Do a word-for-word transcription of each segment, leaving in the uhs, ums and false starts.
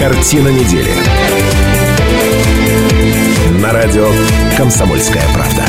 Картина недели. На радио «Комсомольская правда».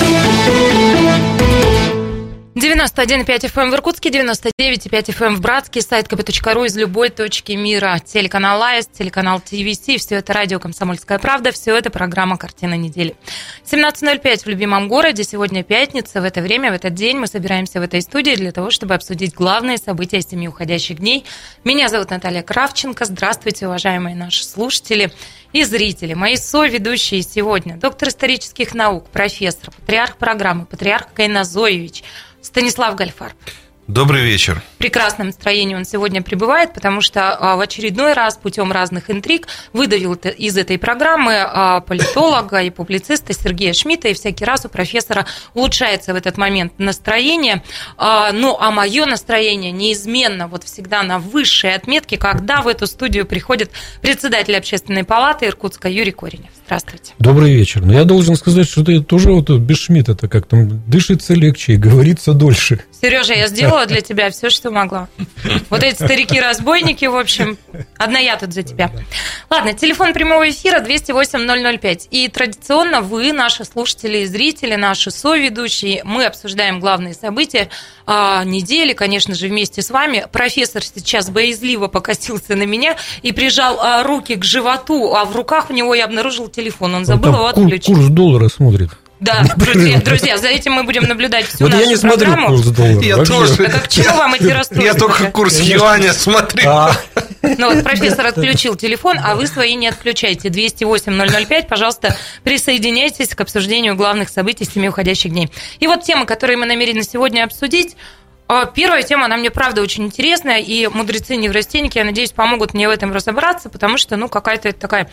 девяносто один и пять эф эм в Иркутске, девяносто девять и пять эф эм в Братске, сайт ка пэ точка ру из любой точки мира, телеканал АИС, телеканал ти ви си, все это радио «Комсомольская правда», все это программа «Картина недели». семнадцать ноль пять в любимом городе, сегодня пятница, в это время, в этот день мы собираемся в этой студии для того, чтобы обсудить главные события семи уходящих дней. Меня зовут Наталья Кравченко, здравствуйте, уважаемые наши слушатели и зрители. Мои соведущие сегодня: доктор исторических наук, профессор, патриарх программы, патриарх Кайназоевич Станислав Гальфарб. Добрый вечер. В прекрасном настроении он сегодня пребывает, потому что в очередной раз путем разных интриг выдавил из этой программы политолога и публициста Сергея Шмидта, и всякий раз у профессора улучшается в этот момент настроение. Ну, а мое настроение неизменно вот всегда на высшей отметке, когда в эту студию приходит председатель Общественной палаты Иркутска Юрий Коренев. Здравствуйте. Добрый вечер. Но я должен сказать, что это тоже вот без Шмидта-то как-то дышится легче и говорится дольше. Сережа, я сделала для тебя все, что могла. Вот эти старики-разбойники, в общем, одна я тут за тебя. Ладно, телефон прямого эфира двести восемь ноль ноль пять. И традиционно вы, наши слушатели и зрители, наши соведущие, мы обсуждаем главные события а, недели, конечно же, вместе с вами. Профессор сейчас боязливо покосился на меня и прижал а, руки к животу, а в руках у него я обнаружил телефон. Он забыл его отключить. Курс доллара смотрит. Да, друзья, друзья, за этим мы будем наблюдать всю вот нашу я не программу. Смотрю курс доллара. Я тоже. Так а к чему вам эти расстройства? Я только курс юаня смотрю. А. Ну вот профессор отключил телефон, а вы свои не отключайте. двести восемь ноль ноль пять, пожалуйста, присоединяйтесь к обсуждению главных событий семи уходящих дней. И вот темы, которые мы намерены сегодня обсудить. Первая тема, она мне, правда, очень интересная, и мудрецы-неврастенники, я надеюсь, помогут мне в этом разобраться, потому что, ну, какая-то такая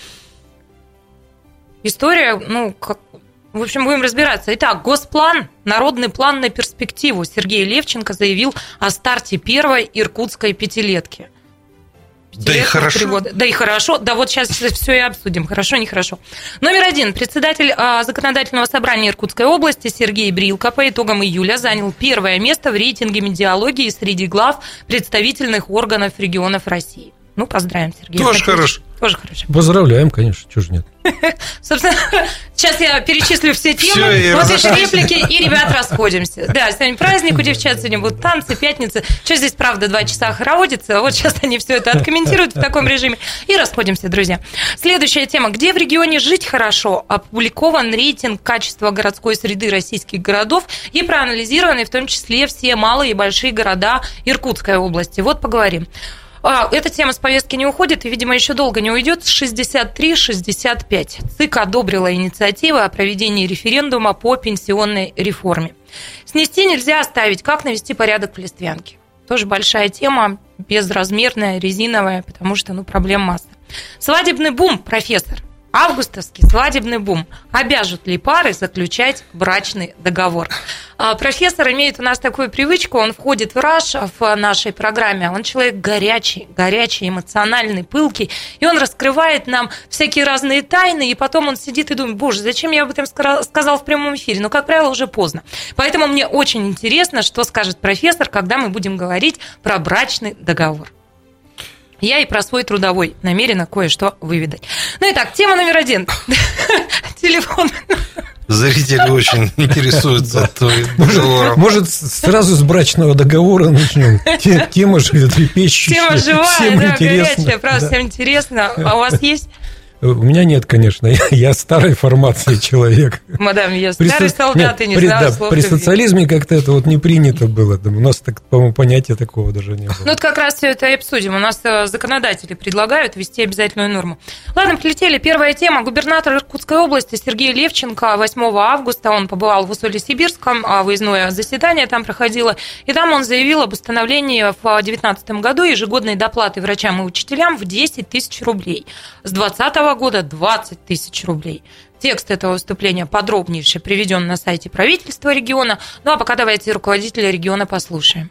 история, ну, как... В общем, будем разбираться. Итак, Госплан, народный план на перспективу. Сергей Левченко заявил о старте первой иркутской пятилетки. Да и хорошо. Да и хорошо. Да вот сейчас все и обсудим. Хорошо, нехорошо. Номер один. Председатель Законодательного собрания Иркутской области Сергей Брилко по итогам июля занял первое место в рейтинге медиалогии среди глав представительных органов регионов России. Ну, поздравим, Сергей. Тоже хорошо. Тоже хорошо. Поздравляем, конечно, чего же нет. Собственно, сейчас я перечислю все темы, все, вот эти реплики, и, ребят, расходимся. Да, сегодня праздник у девчат, сегодня будут танцы, пятница. Что здесь, правда, два часа хороводится, вот сейчас они все это откомментируют в таком режиме. И расходимся, друзья. Следующая тема. Где в регионе жить хорошо? Опубликован рейтинг качества городской среды российских городов и проанализированы в том числе все малые и большие города Иркутской области. Вот поговорим. Эта тема с повестки не уходит и, видимо, еще долго не уйдет. шестьдесят три шестьдесят пять. ЦИК одобрила инициативу о проведении референдума по пенсионной реформе. Снести нельзя оставить. Как навести порядок в Листвянке? Тоже большая тема, безразмерная, резиновая, потому что, ну, проблем масса. Свадебный бум, профессор. Августовский свадебный бум. Обяжут ли пары заключать брачный договор? Профессор имеет у нас такую привычку, он входит в раж в нашей программе, он человек горячий, горячий, эмоциональный, пылкий, и он раскрывает нам всякие разные тайны, и потом он сидит и думает: боже, зачем я об этом сказал в прямом эфире? Но, как правило, уже поздно. Поэтому мне очень интересно, что скажет профессор, когда мы будем говорить про брачный договор. Я и про свой трудовой намерена кое-что выведать. Ну и так, тема номер один. Телефон. Зрители очень интересуются договором. Может, сразу с брачного договора начнем? Тема животрепещущая. Тема живая, да, горячая, правда, всем интересно. А у вас есть? У меня нет, конечно, я, я старой формации человек. Мадам, я старый при, солдат, нет, и не при, знаю да, слов при любви. социализме как-то это вот не принято было. У нас, так, по-моему, понятия такого даже не было. Ну, вот как раз все это и обсудим. У нас законодатели предлагают ввести обязательную норму. Ладно, полетели. Первая тема. Губернатор Иркутской области Сергей Левченко восьмого августа, он побывал в Усолье-Сибирском, выездное заседание там проходило, и там он заявил об установлении в две тысячи девятнадцатом году ежегодной доплаты врачам и учителям в десять тысяч рублей. С две тысячи двадцатого года двадцать тысяч рублей. Текст этого выступления подробнейше приведен на сайте правительства региона. Ну а пока давайте руководителя региона послушаем.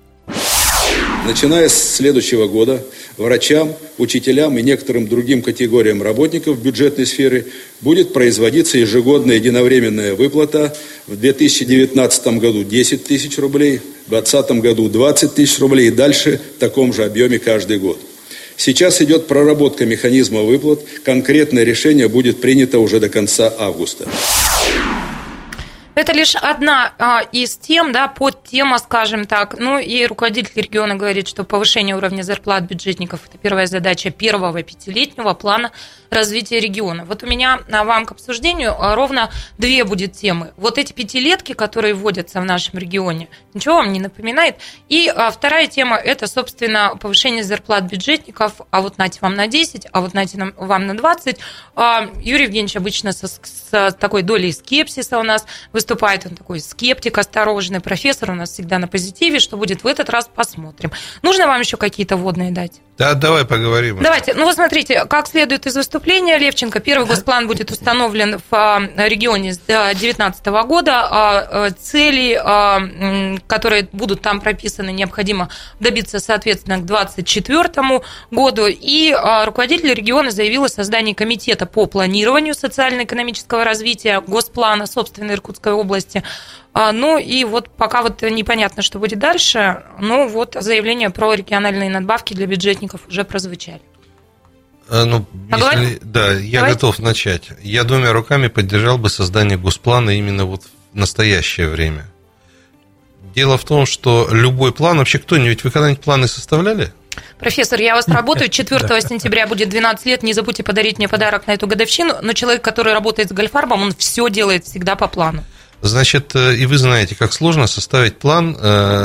Начиная с следующего года врачам, учителям и некоторым другим категориям работников бюджетной сферы будет производиться ежегодная единовременная выплата. В две тысячи девятнадцатом году десять тысяч рублей, в две тысячи двадцатом году двадцать тысяч рублей и дальше в таком же объеме каждый год. Сейчас идет проработка механизма выплат. Конкретное решение будет принято уже до конца августа. Это лишь одна а, из тем, да, подтема, скажем так. Ну и руководитель региона говорит, что повышение уровня зарплат бюджетников – это первая задача первого пятилетнего плана развития региона. Вот у меня вам к обсуждению ровно две будет темы. Вот эти пятилетки, которые вводятся в нашем регионе, ничего вам не напоминает? И а, вторая тема – это, собственно, повышение зарплат бюджетников. А вот нате вам на десять, а вот нате вам на двадцать. А, Юрий Евгеньевич обычно со, с такой долей скепсиса у нас выступает, он такой скептик, осторожный профессор, у нас всегда на позитиве. Что будет в этот раз, посмотрим. Нужно вам еще какие-то вводные дать? Да, давай поговорим. Давайте. Ну, вы смотрите, как следует из выступления Левченко, первый госплан будет установлен в регионе с две тысячи девятнадцатого года. Цели, которые будут там прописаны, необходимо добиться, соответственно, к двадцать четвёртому году. И руководитель региона заявил о создании комитета по планированию социально-экономического развития госплана собственной Иркутской области. Ну и вот пока вот непонятно, что будет дальше, но вот заявления про региональные надбавки для бюджетников уже прозвучали. Ну, если, да, я Давайте. готов начать. Я двумя руками поддержал бы создание госплана именно вот в настоящее время. Дело в том, что любой план, вообще кто-нибудь, вы когда-нибудь планы составляли? Профессор, я у вас работаю, четвёртого сентября будет двенадцать лет, не забудьте подарить мне подарок на эту годовщину, но человек, который работает с Гольфарбом, он все делает всегда по плану. Значит, и вы знаете, как сложно составить план,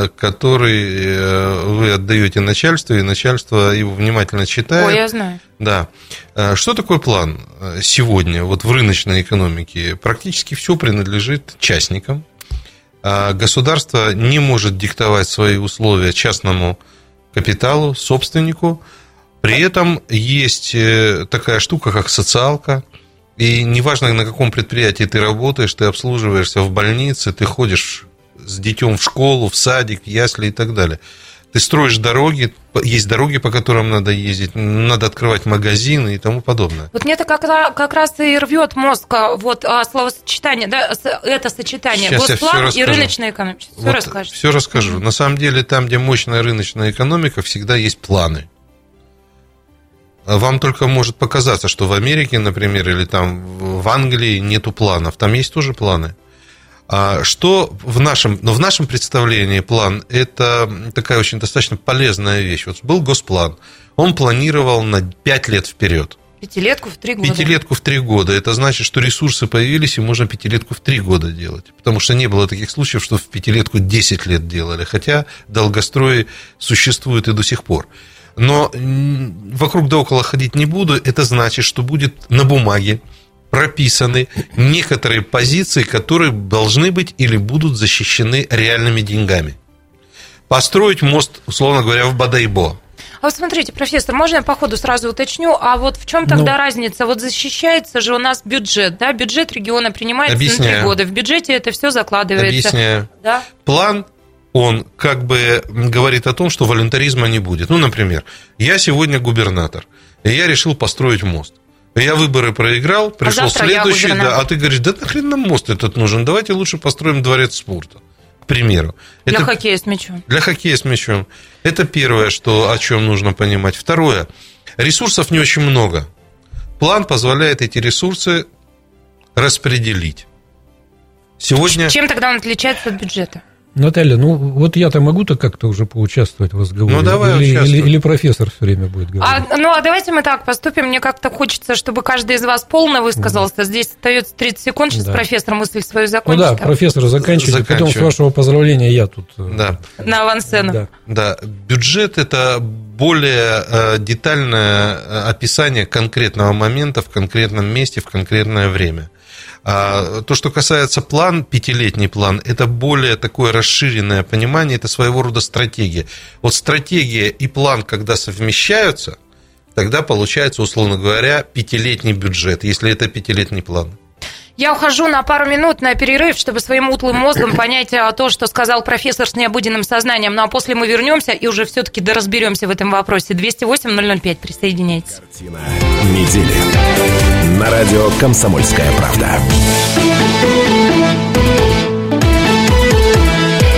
который вы отдаете начальству, и начальство его внимательно читает. Ой, я знаю. Да. Что такое план сегодня вот в рыночной экономике? Практически все принадлежит частникам. Государство не может диктовать свои условия частному капиталу, собственнику. При этом есть такая штука, как социалка. И неважно, на каком предприятии ты работаешь, ты обслуживаешься в больнице, ты ходишь с детем в школу, в садик, ясли и так далее. Ты строишь дороги, есть дороги, по которым надо ездить, надо открывать магазины и тому подобное. Вот мне это как, как раз и рвет мозг, вот словосочетание, да, это сочетание госплан и рыночная экономика. Все вот расскажете. Все расскажу. Mm-hmm. На самом деле, там, где мощная рыночная экономика, всегда есть планы. Вам только может показаться, что в Америке, например, или там в Англии нету планов. Там есть тоже планы. А что в нашем, но в нашем представлении план – это такая очень достаточно полезная вещь. Вот был госплан, он планировал на пять лет вперед. Пятилетку в три года. Пятилетку в три года. Это значит, что ресурсы появились, и можно пятилетку в три года делать. Потому что не было таких случаев, что в пятилетку десять лет делали. Хотя долгострои существуют и до сих пор. Но вокруг да около ходить не буду. Это значит, что будет на бумаге прописаны некоторые позиции, которые должны быть или будут защищены реальными деньгами. Построить мост, условно говоря, в Бодайбо. А вот смотрите, профессор, можно я по ходу сразу уточню, а вот в чем тогда ну, разница? Вот защищается же у нас бюджет, да? Бюджет региона принимается объясняю. на три года. В бюджете это все закладывается. Объясняю. Да? План, он как бы говорит о том, что волюнтаризма не будет. Ну, например, я сегодня губернатор, и я решил построить мост. Я выборы проиграл, пришел а следующий, да, а ты говоришь, да нахрен нам мост этот нужен, давайте лучше построим дворец спорта, к примеру. Для это, хоккея с мячом. Для хоккея с мячом. Это первое, что, о чем нужно понимать. Второе, ресурсов не очень много. План позволяет эти ресурсы распределить. Сегодня... Чем тогда он отличается от бюджета? Наталья, ну вот я-то могу-то как-то уже поучаствовать в разговоре? Ну, давай или, или, или профессор все время будет говорить? А, ну, а давайте мы так поступим. Мне как-то хочется, чтобы каждый из вас полно высказался. Да. Здесь остается тридцать секунд, сейчас да. профессор мысль свою закончит. Ну да, профессор, заканчивайте. Потом, с вашего поздравления, я тут... Да. На авансцену. Да. да. Бюджет – это более детальное описание конкретного момента в конкретном месте, в конкретное время. А то, что касается план, пятилетний план, это более такое расширенное понимание, это своего рода стратегия. Вот стратегия и план, когда совмещаются, тогда получается, условно говоря, пятилетний бюджет, если это пятилетний план. Я ухожу на пару минут на перерыв, чтобы своим утлым мозгом понять то, что сказал профессор с необыденным сознанием. Ну а после мы вернемся и уже все-таки доразберемся в этом вопросе. двести восемь ноль ноль пять, присоединяйтесь. Картина недели. На радио «Комсомольская правда».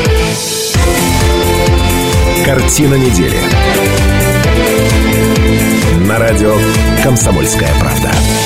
Картина недели. На радио «Комсомольская правда».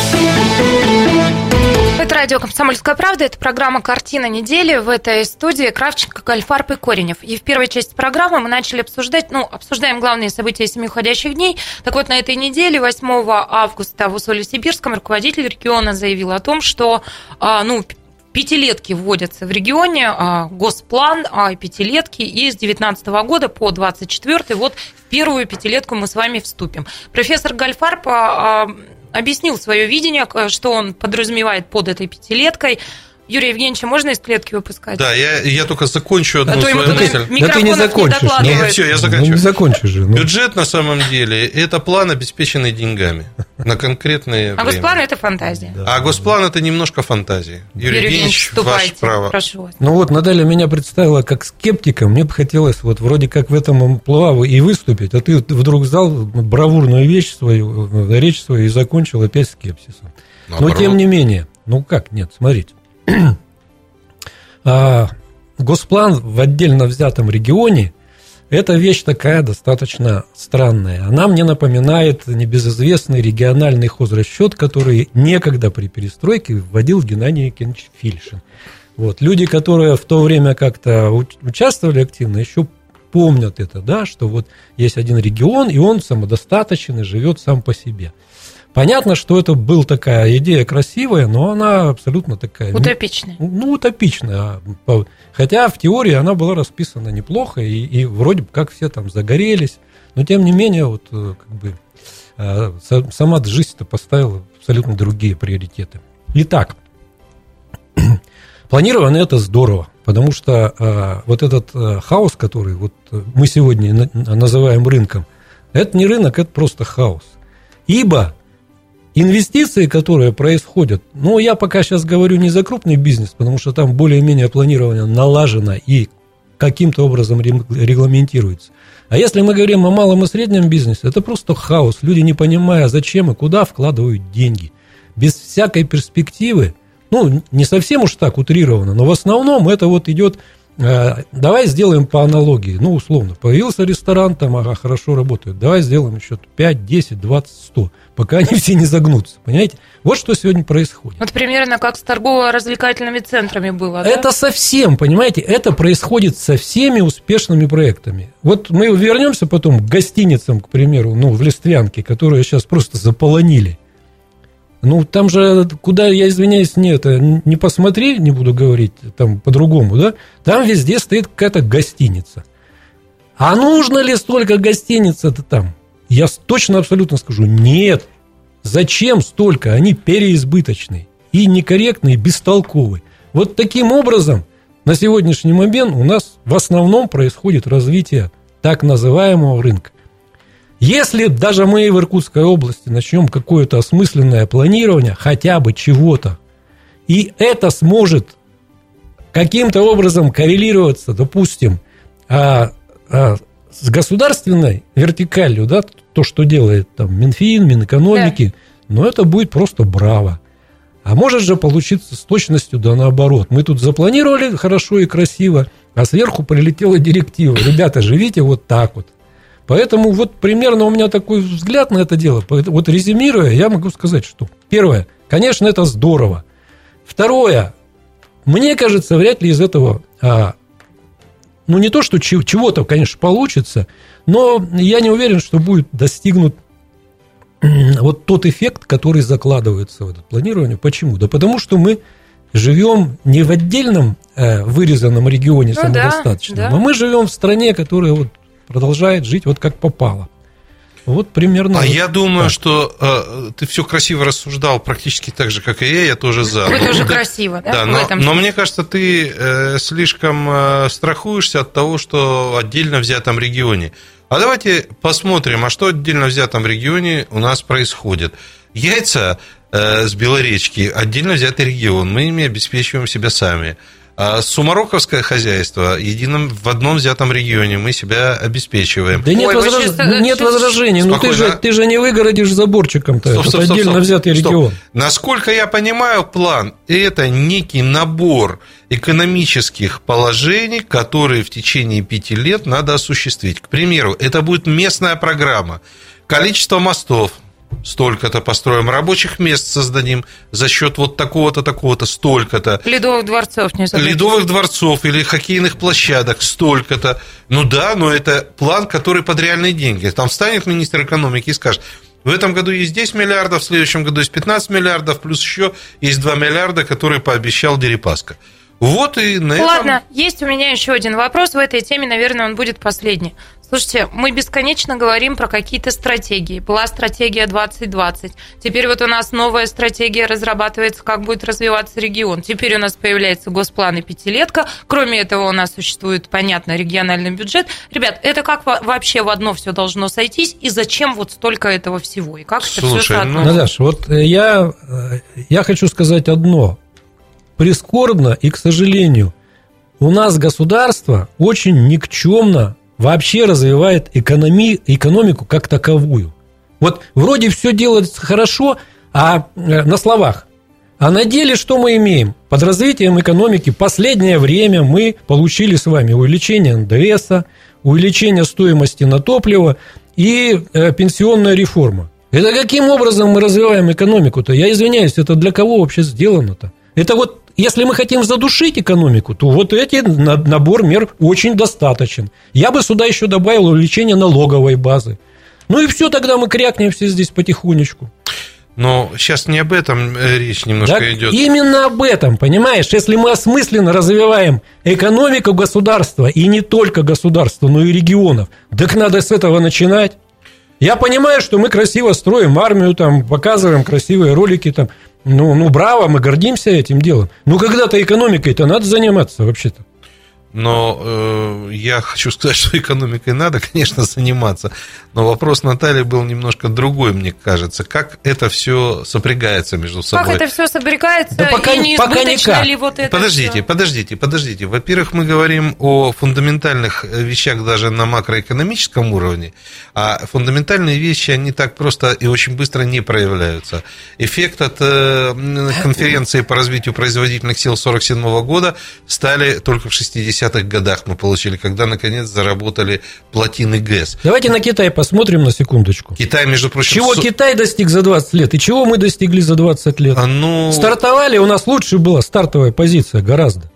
Это радио «Комсомольская правда», это программа «Картина недели». В этой студии Кравченко, Гольфарб и Коренев. И в первой части программы мы начали обсуждать, ну, обсуждаем главные события семи уходящих дней. Так вот, на этой неделе, восьмого августа, в Усолье-Сибирском руководитель региона заявил о том, что, ну, пятилетки вводятся в регионе, госплан пятилетки, и с две тысячи девятнадцатого года по двадцать четвёртый вот в первую пятилетку мы с вами вступим. Профессор Гольфарб объяснил свое видение, что он подразумевает под этой пятилеткой. Юрия Евгеньевича можно из клетки выпускать? Да, я, я только закончу одну а свою мысль. Да ты не закончишь. Не Нет, все, я заканчиваю. Ну, не закончишь же. Ну. Бюджет, на самом деле, это план, обеспеченный деньгами на конкретные А время. Госплан – это фантазия. Да. А госплан – это немножко фантазии. Юрий, Юрий Евгеньевич, ваше право. Прошу вас. Ну вот Наталья меня представила как скептика. Мне бы хотелось вот вроде как в этом амплуа и выступить, а ты вдруг взял бравурную вещь свою, речь свою и закончил опять скепсисом. Наоборот. Но тем не менее, ну как, нет, смотрите. А госплан в отдельно взятом регионе – это вещь такая достаточно странная. Она мне напоминает небезызвестный региональный хозрасчет, который некогда при перестройке вводил Геннадий Евгеньевич Фильшин. Вот. Люди, которые в то время как-то участвовали активно, еще помнят это, да, что вот есть один регион, и он самодостаточен и живет сам по себе. Понятно, что это была такая идея красивая, но она абсолютно такая... Утопичная. Ну, утопичная. Хотя в теории она была расписана неплохо, и, и вроде бы как все там загорелись. Но, тем не менее, вот, как бы, сама жизнь-то поставила абсолютно другие приоритеты. Итак, планирование – это здорово, потому что а, вот этот а, хаос, который вот мы сегодня называем рынком, это не рынок, это просто хаос. Ибо инвестиции, которые происходят, ну, я пока сейчас говорю не за крупный бизнес, потому что там более-менее планирование налажено и каким-то образом регламентируется. А если мы говорим о малом и среднем бизнесе, это просто хаос. Люди, не понимая, зачем и куда вкладывают деньги. Без всякой перспективы, ну, не совсем уж так утрированно, но в основном это вот идет... Давай сделаем по аналогии, ну, условно, появился ресторан, там, ага, хорошо работает, давай сделаем еще пять, десять, двадцать, сто, пока они все не загнутся, понимаете? Вот что сегодня происходит. Вот примерно как с торгово-развлекательными центрами было, да? Это совсем, понимаете, это происходит со всеми успешными проектами. Вот мы вернемся потом к гостиницам, к примеру, ну, в Листвянке, которые сейчас просто заполонили. Ну, там же, куда, я извиняюсь, не, это, не посмотри, не буду говорить там по-другому, да, там везде стоит какая-то гостиница. А нужно ли столько гостиниц-то там? Я точно абсолютно скажу, нет. Зачем столько? Они переизбыточные и некорректные, и бестолковые. Вот таким образом на сегодняшний момент у нас в основном происходит развитие так называемого рынка. Если даже мы в Иркутской области начнем какое-то осмысленное планирование, хотя бы чего-то, и это сможет каким-то образом коррелироваться, допустим, а, а, с государственной вертикалью, да, то, что делает там Минфин, Минэкономики, да. Но это будет просто браво. А может же получиться с точностью да наоборот. Мы тут запланировали хорошо и красиво, а сверху прилетела директива. Ребята, живите вот так вот. Поэтому вот примерно у меня такой взгляд на это дело. Вот резюмируя, я могу сказать, что первое, конечно, это здорово. Второе, мне кажется, вряд ли из этого, а, ну не то, что чего-то, конечно, получится, но я не уверен, что будет достигнут вот тот эффект, который закладывается в это планирование. Почему? Да потому что мы живем не в отдельном э, вырезанном регионе ну, самодостаточном, да, да. а мы живем в стране, которая вот продолжает жить вот как попало. Вот примерно. А вот я думаю, так. что э, ты все красиво рассуждал практически так же, как и я, я тоже за. Вы тоже красиво, да? Да, но, но мне кажется, ты э, слишком э, страхуешься от того, что в отдельно взятом регионе. А давайте посмотрим, а что в отдельно взятом регионе у нас происходит. Яйца э, с Белоречки, отдельно взятый регион, мы ими обеспечиваем себя сами. А Сумароковское хозяйство единым в одном взятом регионе мы себя обеспечиваем. Да нет, Ой, возраж... сейчас... нет возражений. Ну ты же, ты же не выгородишь заборчиком-то. Стоп, стоп, стоп, отдельно стоп, взятый стоп. регион. Насколько я понимаю, план – это некий набор экономических положений, которые в течение пяти лет надо осуществить. К примеру, это будет местная программа. Количество мостов столько-то построим, рабочих мест создадим за счет вот такого-то, такого-то, столько-то. Ледовых дворцов, не забудьте. Ледовых дворцов или хоккейных площадок, столько-то. Ну да, но это план, который под реальные деньги. Там встанет министр экономики и скажет: в этом году есть десять миллиардов, в следующем году есть пятнадцать миллиардов, плюс еще есть два миллиарда, которые пообещал Дерипаска. Вот и на этом... Ладно, есть у меня еще один вопрос в этой теме, наверное, он будет последний. Слушайте, мы бесконечно говорим про какие-то стратегии. Была стратегия двадцать двадцать. Теперь вот у нас новая стратегия разрабатывается, как будет развиваться регион. Теперь у нас появляется госплан и пятилетка. Кроме этого, у нас существует, понятно, региональный бюджет. Ребят, это как вообще в одно все должно сойтись? И зачем вот столько этого всего? И как это Слушай, все соотносится? Ну, Наташа, вот я, я хочу сказать одно. Прискорбно и, к сожалению, у нас государство очень никчемно вообще развивает экономи, экономику как таковую. Вот вроде все делается хорошо, а на словах. А на деле что мы имеем? Под развитием экономики последнее время мы получили с вами увеличение эн дэ эса, увеличение стоимости на топливо и э, пенсионная реформа. Это каким образом мы развиваем экономику-то? Я извиняюсь, это для кого вообще сделано-то? Это вот, если мы хотим задушить экономику, то вот эти набор мер очень достаточен. Я бы сюда еще добавил увеличение налоговой базы. Ну и все, тогда мы крякнем все здесь потихонечку. Но сейчас не об этом речь немножко Так идет. именно об этом, понимаешь? Если мы осмысленно развиваем экономику государства, и не только государства, но и регионов, так надо с этого начинать. Я понимаю, что мы красиво строим армию, там, показываем красивые ролики, там, ну, ну, браво, мы гордимся этим делом. Но когда-то экономикой-то надо заниматься вообще-то. Но э, я хочу сказать, что экономикой надо, конечно, заниматься. Но вопрос Натальи был немножко другой, мне кажется. Как это все сопрягается между собой? Как это все сопрягается, Да пока, и не пока избыточно никак. ли вот это Подождите, всё? подождите, подождите. Во-первых, мы говорим о фундаментальных вещах даже на макроэкономическом уровне, а фундаментальные вещи, они так просто и очень быстро не проявляются. Эффект от конференции по развитию производительных сил сорок седьмого года стали только в шестидесятых годах мы получили, когда, наконец, заработали плотины ГЭС. Давайте на Китай посмотрим на секундочку. Китай, между прочим... Чего со... Китай достиг за двадцать лет, и чего мы достигли за двадцать лет? А, ну... Стартовали, у нас лучше была стартовая позиция гораздо.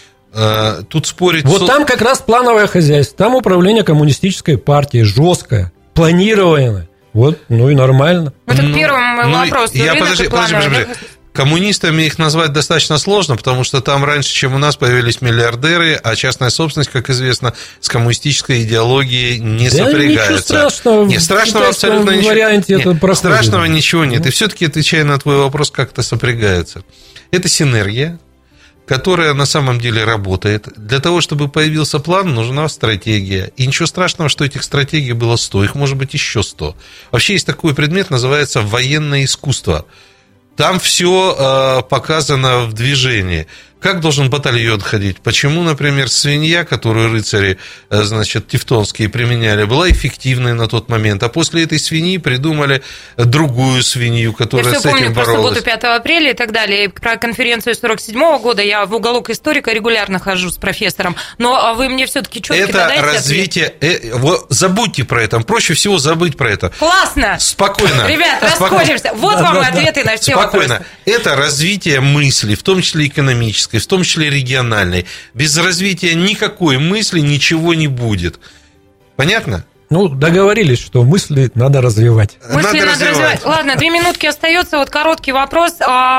А, тут спорить... Вот там как раз плановое хозяйство, там управление коммунистической партией, жесткое, планированное. Вот, ну и нормально. Это ну, первый мой ну, вопрос. Я, Рынок подожди, и подожди, плановое, подожди, подожди. Коммунистами их назвать достаточно сложно, потому что там раньше, чем у нас, появились миллиардеры, а частная собственность, как известно, с коммунистической идеологией не да сопрягается. Ничего страшного. Нет, страшного в абсолютно ничего варианте нет. это проходит. Страшного ничего нет. И все-таки, отвечая на твой вопрос, как это сопрягается. Это синергия, которая на самом деле работает. Для того, чтобы появился план, нужна стратегия. И ничего страшного, что этих стратегий было сто, их может быть еще сто. Вообще есть такой предмет, называется военное искусство. Там все э, показано в движении. Как должен батальон ходить? Почему, например, свинья, которую рыцари, э, значит, тевтонские применяли, была эффективной на тот момент, а после этой свиньи придумали другую свинью, которая я с этим боролась. Я все помню про боролась. субботу пятого апреля и так далее. И про конференцию сорок седьмого года я в уголок историка регулярно хожу с профессором. Но вы мне все-таки четко это дадайте развитие... Э, вот, забудьте про это. Проще всего забыть про это. Классно! Спокойно. Ребят, Спокойно. расходимся. Вот Да, вам да, и ответы на все Спокойно. вопросы. Это развитие мысли, в том числе экономической, в том числе региональной. Без развития никакой мысли ничего не будет. Понятно? Ну, договорились, что мысли надо развивать. Мысли надо развивать. Ладно, две минутки остается. Вот короткий вопрос.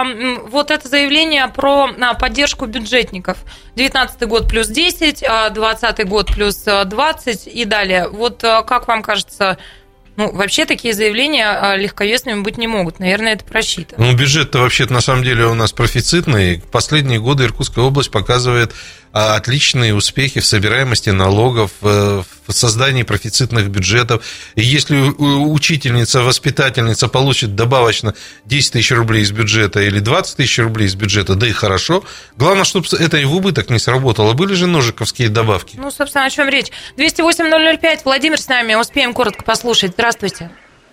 Вот это заявление про поддержку бюджетников. девятнадцатый год плюс десять, двадцатый год плюс двадцать и далее. Вот как вам кажется... Ну, вообще такие заявления легковесными быть не могут. Наверное, это просчитано. Ну, бюджет-то вообще-то на самом деле у нас профицитный. Последние годы Иркутская область показывает отличные успехи в собираемости налогов, в создании профицитных бюджетов. И если учительница, воспитательница получит добавочно десять тысяч рублей из бюджета или двадцать тысяч рублей из бюджета, да и хорошо. Главное, чтобы это и в убыток не сработало. Были же ножиковские добавки. Ну, собственно, о чем речь. двести восемь ноль ноль пять. Владимир с нами. Успеем коротко послушать. Здравствуйте.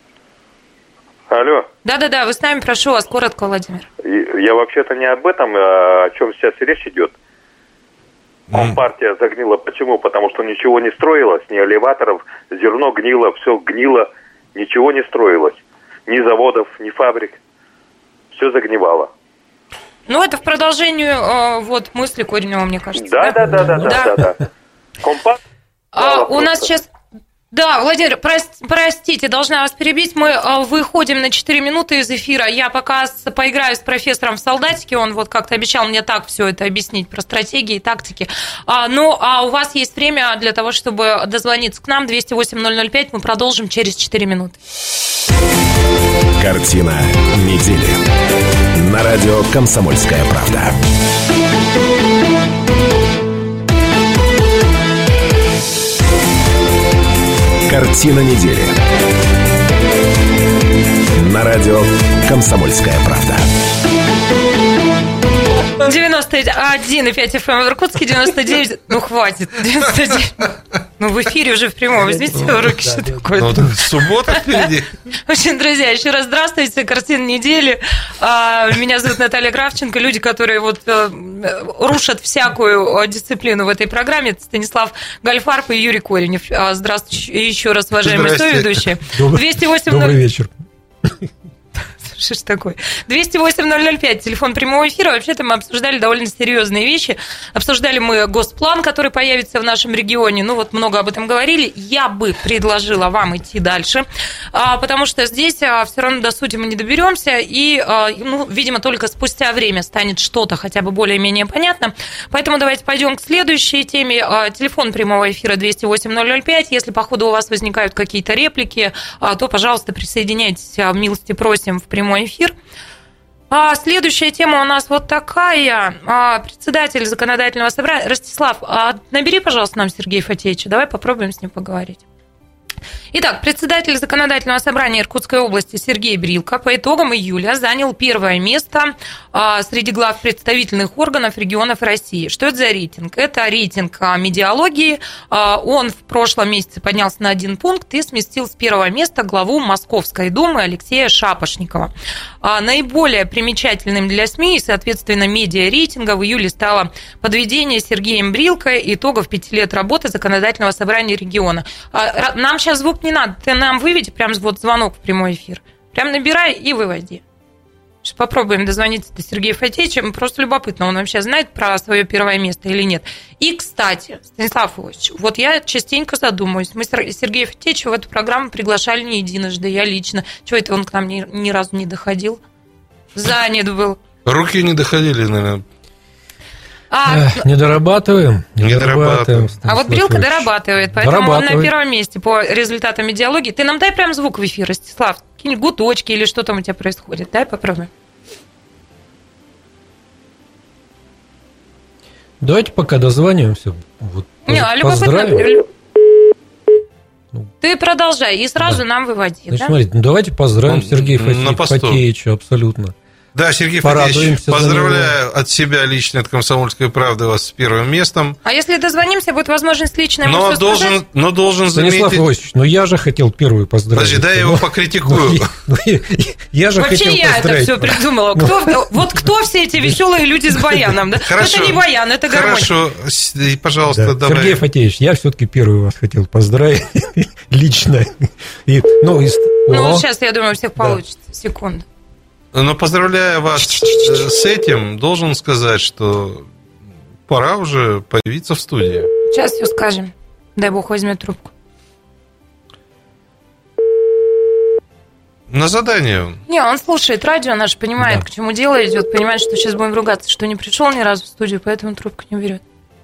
Алло. Да-да-да, вы с нами, прошу вас, коротко, Владимир. Я вообще-то не об этом, о чем сейчас речь идет. Компартия загнила. Почему? Потому что ничего не строилось, ни элеваторов, зерно гнило, все гнило, ничего не строилось. ни заводов, ни фабрик. Все загнивало. Ну, это в продолжению э, вот мысли Коренева, мне кажется. Да, да, да, да, да, да, да. да. Компа... А, у нас сейчас... Да, Владимир, прости, простите, должна вас перебить. Мы э, выходим на четыре минуты из эфира. Я пока с, поиграю с профессором в солдатике. Он вот как-то обещал мне так все это объяснить про стратегии и тактики. А, ну, а у вас есть время для того, чтобы дозвониться к нам. двести восемь ноль ноль пять. Мы продолжим через четыре минуты. Картина недели. На радио «Комсомольская правда». Картина недели. На радио «Комсомольская правда». девяносто один и пять эф эм в Иркутске, девяносто девять... Ну, хватит. девяносто девять... Ну, в эфире уже в прямом. Возьмите в руки, что такое. Ну, так суббота впереди. В общем, друзья, еще раз здравствуйте. Картина недели. Меня зовут Наталья Кравченко. Люди, которые вот рушат всякую дисциплину в этой программе, это Станислав Гальфарб и Юрий Коренев. Здравствуйте еще раз, уважаемые соведущие. Добрый вечер. Что ж такое? двести восемь ноль ноль пять, телефон прямого эфира. Вообще-то мы обсуждали довольно серьезные вещи. Обсуждали мы госплан, который появится в нашем регионе. Ну, вот много об этом говорили. Я бы предложила вам идти дальше, потому что здесь все равно до сути мы не доберемся. И, ну, видимо, только спустя время станет что-то хотя бы более-менее понятно. Поэтому давайте пойдем к следующей теме. Телефон прямого эфира двести восемь ноль ноль пять. Если по ходу у вас возникают какие-то реплики, то, пожалуйста, присоединяйтесь. Милости просим в прямом эфир. А следующая тема у нас вот такая. А, председатель законодательного собрания. Ростислав, а набери, пожалуйста, нам Сергея Фатеевича. Давай попробуем с ним поговорить. Итак, председатель законодательного собрания Иркутской области Сергей Брилко по итогам июля занял первое место среди глав представительных органов регионов России. Что это за рейтинг? Это рейтинг медиалогии. Он в прошлом месяце поднялся на один пункт и сместил с первого места главу Московской думы Алексея Шапошникова. Наиболее примечательным для СМИ и, соответственно, медиа-рейтинга в июле стало подведение Сергеем Брилко итогов пяти лет работы законодательного собрания региона. Нам сейчас звук не надо, ты нам выведи прям вот звонок в прямой эфир. Прям набирай и выводи. Сейчас попробуем дозвониться до Сергея Фатеевича. Просто любопытно, он вообще знает про свое первое место или нет. И, кстати, Станислав Ильич, вот я частенько задумываюсь. Мы Сергея Фатеевича в эту программу приглашали не единожды, я лично. Чего это он к нам ни, ни разу не доходил? Занят был. Руки не доходили, наверное. А, Эх, не дорабатываем. Не, не дорабатываем. А вот Брилко дорабатывает, поэтому дорабатывает. Он на первом месте по результатам медиалогии. Ты нам дай прям звук в эфир, Ростислав. Какие-нибудь гудочки или что там у тебя происходит. Дай попробуем. Давайте пока дозваниваемся. Вот, не, а любопытно. Ты продолжай и сразу да. нам выводи. Значит, да? Смотрите, ну давайте поздравим Сергея Фатеевича абсолютно. Да, Сергей Фатеевич, поздравляю от себя лично, от «Комсомольской правды» вас с первым местом. А если дозвонимся, будет возможность лично ему но все должен, сказать? Но должен Станислав заметить... Иосифович, но я же хотел первый поздравить. Подожди, да, я его покритикую. Я же Вообще хотел я поздравить. это все придумала. Кто, вот кто все эти веселые люди с баяном? Да? Хорошо, это не баян, это гармония. Хорошо, пожалуйста, да. давай. Сергей Фатеевич, я все-таки первый вас хотел поздравить лично. И, ну, и... ну, О. сейчас, я думаю, у всех получится. Да. Секунду. Но поздравляя вас с этим, должен сказать, что пора уже появиться в студии. Сейчас все скажем. Дай бог возьмет трубку. На задание. Не, он слушает радио, наш понимает, да. к чему дело идет, понимает, что сейчас будем ругаться, что не пришел ни разу в студию, поэтому трубку не берет.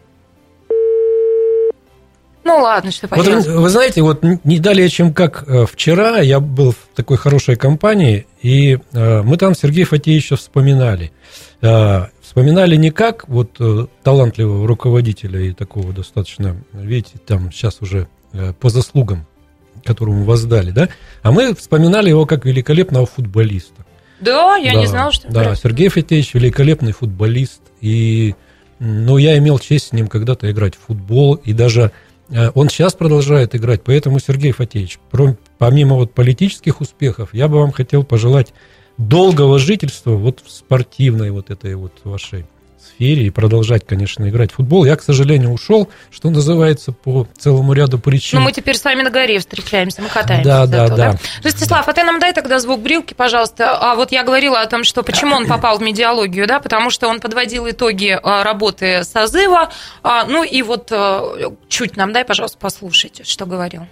Ну ладно, что поделать. Вот, вы знаете, вот не далее, чем как вчера, я был в такой хорошей компании, и мы там Сергея Фатеевича вспоминали. Вспоминали не как вот талантливого руководителя и такого достаточно, видите, там сейчас уже по заслугам, которому воздали, да, а мы вспоминали его как великолепного футболиста. Да, я да, не знала, что... Да, Сергей Фатеевич великолепный футболист, и ну, я имел честь с ним когда-то играть в футбол, и даже... Он сейчас продолжает играть, поэтому, Сергей Фатеевич, помимо вот политических успехов, я бы вам хотел пожелать долгого жительства вот в спортивной вот этой вот вашей сфере и продолжать, конечно, играть в футбол. Я, к сожалению, ушел, что называется, по целому ряду причин. Ну, мы теперь с вами на горе встречаемся, мы катаемся. Да, да, да, да. Ростислав, а ты нам дай тогда звук Брилки, пожалуйста. А вот я говорила о том, что почему он попал в медиалогию, да, потому что он подводил итоги работы созыва. Ну и вот чуть нам дай, пожалуйста, послушайте, что говорил.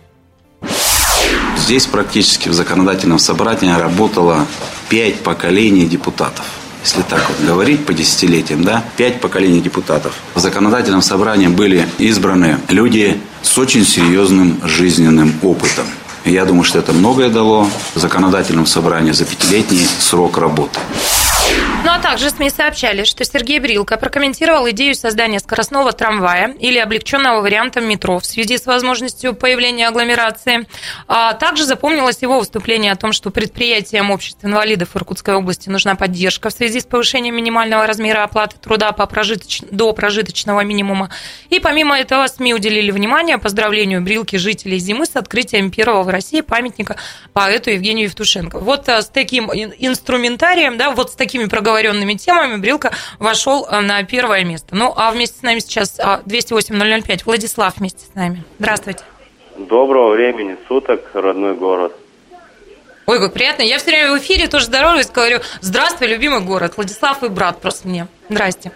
Здесь практически в законодательном собрании работало пять поколений депутатов. Если так вот говорить по десятилетиям, да, пять поколений депутатов. В законодательном собрании были избраны люди с очень серьезным жизненным опытом. И я думаю, что это многое дало в законодательном собрании за пятилетний срок работы. Ну, а также СМИ сообщали, что Сергей Брилка прокомментировал идею создания скоростного трамвая или облегченного варианта метро в связи с возможностью появления агломерации. А также запомнилось его выступление о том, что предприятиям обществ инвалидов в Иркутской области нужна поддержка в связи с повышением минимального размера оплаты труда по прожиточ... до прожиточного минимума. И помимо этого СМИ уделили внимание поздравлению Брилки жителей Зимы с открытием первого в России памятника поэту Евгению Евтушенко. Вот с таким инструментарием, да, вот с такими проговоренными темами Брилка вошел на первое место. Ну, а вместе с нами сейчас двести восемь ноль ноль пять. Владислав вместе с нами. Здравствуйте. Доброго времени суток, родной город. Ой, как приятно. Я все время в эфире тоже здороваюсь, говорю: здравствуй, любимый город. Владислав и брат просто мне. Здрасте.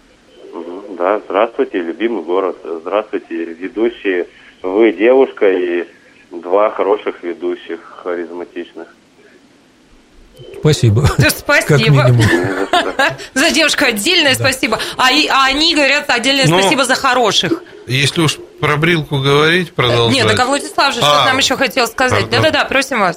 Да, здравствуйте, любимый город. Здравствуйте, ведущие. Вы девушка и два хороших ведущих, харизматичных. Спасибо. Спасибо. За девушку отдельное спасибо. А, а они говорят отдельное Но, спасибо за хороших. Если уж про Брилку говорить, продолжать. Нет, так а Владислав же а, что-то нам еще хотел сказать. Да-да-да, просим вас.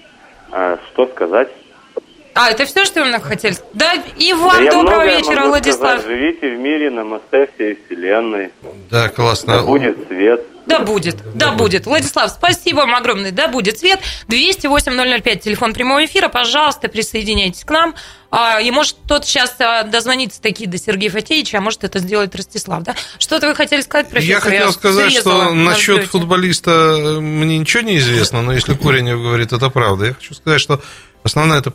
А, что сказать? А, это все, что вы нам хотели? Да, и вам да доброго вечера, Владислав. Сказать. Живите в мире на мосте всей вселенной. Да, классно. Да будет свет. Да будет, да, да будет. Владислав, спасибо вам огромное. Да будет свет. двести восемь ноль ноль пять, телефон прямого эфира. Пожалуйста, присоединяйтесь к нам. И может кто-то сейчас дозвонится таки до Сергея Фатеевича, а может это сделает Ростислав. Да? Что-то вы хотели сказать, профессор? Я хотел Я сказать, что насчет футболиста мне ничего не известно, но если Коренев говорит, это правда. Я хочу сказать, что основная эта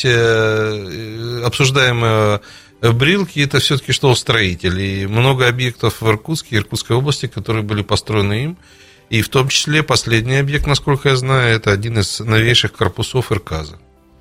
профессия, обсуждаемая Брилки, это все-таки что строитель. И много объектов в Иркутске, Иркутской области, которые были построены им. И в том числе последний объект, насколько я знаю, это один из новейших корпусов Ирказа.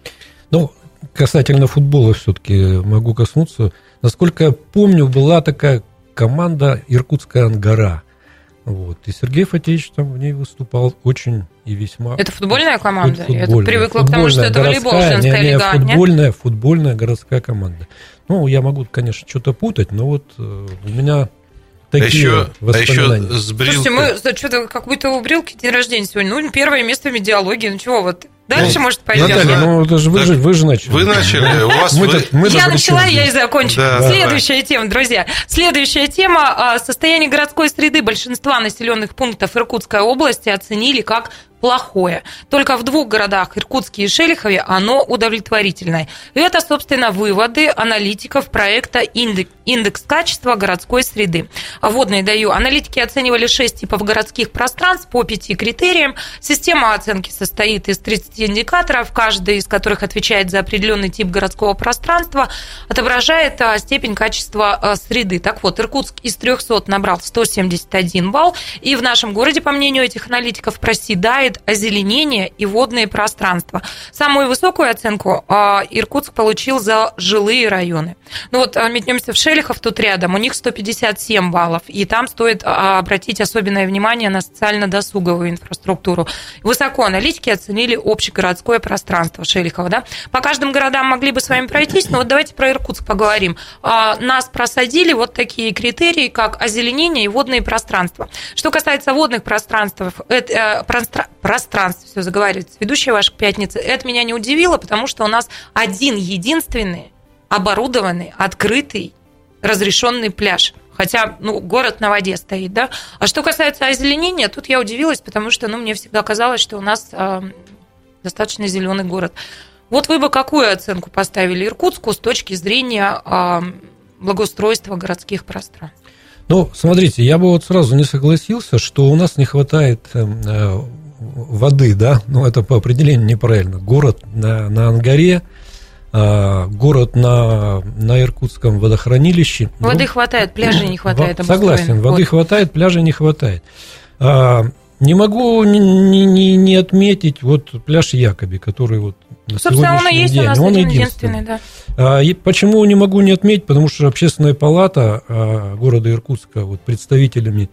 Ну, касательно футбола все-таки могу коснуться. Насколько я помню, была такая команда «Иркутская Ангара». Вот. И Сергей Фатеевич там в ней выступал очень и весьма... Это футбольная команда? Футбольная, я тут привыкла к тому, что это волейбол, женская не, не, лига. Футбольная, нет? футбольная городская команда. Ну, я могу, конечно, что-то путать, но вот у меня такие а еще, воспоминания. А еще с Брилкой... Слушайте, мы что-то как будто у Брилки день рождения сегодня. Ну, первое место в медиалогии. Ну, чего вот... Дальше, ну, может, пойдем. Наталья, ну, это же вы, же вы же начали. Вы начали. У вас мы, вы... мы я начала, я и закончу. Да, Следующая давай. тема, друзья. Следующая тема. Состояние городской среды большинства населенных пунктов Иркутской области оценили как плохое. Только в двух городах, Иркутске и Шелихове, оно удовлетворительное. И это, собственно, выводы аналитиков проекта «Индекс, индекс качества городской среды». Вводные даю. Аналитики оценивали шесть типов городских пространств по пяти критериям. Система оценки состоит из тридцати индикаторов, каждый из которых отвечает за определенный тип городского пространства, отображает степень качества среды. Так вот, Иркутск из трехсот набрал сто семьдесят один балл, и в нашем городе, по мнению этих аналитиков, проседает озеленение и водные пространства. Самую высокую оценку Иркутск получил за жилые районы. Ну вот, метнемся в Шелихов, тут рядом, у них сто пятьдесят семь баллов, и там стоит обратить особенное внимание на социально-досуговую инфраструктуру. Высоко аналитики оценили общегородское пространство Шелихова. Да? По каждым городам могли бы с вами пройтись, но вот давайте про Иркутск поговорим. Нас просадили вот такие критерии, как озеленение и водные пространства. Что касается водных пространств, это, пространств, пространств, все заговаривается, ведущая ваша пятница, это меня не удивило, потому что у нас один единственный оборудованный, открытый, разрешенный пляж. Хотя, ну, город на воде стоит, да. А что касается озеленения, тут я удивилась, потому что, ну, мне всегда казалось, что у нас э, достаточно зеленый город. Вот вы бы какую оценку поставили Иркутску с точки зрения э, благоустройства городских пространств? Ну, смотрите, я бы вот сразу не согласился, что у нас не хватает э, воды, да, ну, это по определению неправильно. Город на, на Ангаре, город на, на Иркутском водохранилище. Воды ну, хватает, пляжей не хватает. Согласен, воды хватает, пляжей не хватает. Не могу не, не, не отметить вот пляж Якоби, который вот на собственно, он и есть день, у нас он один единственный. единственный, да. И почему не могу не отметить? Потому что Общественная палата города Иркутска, вот представителями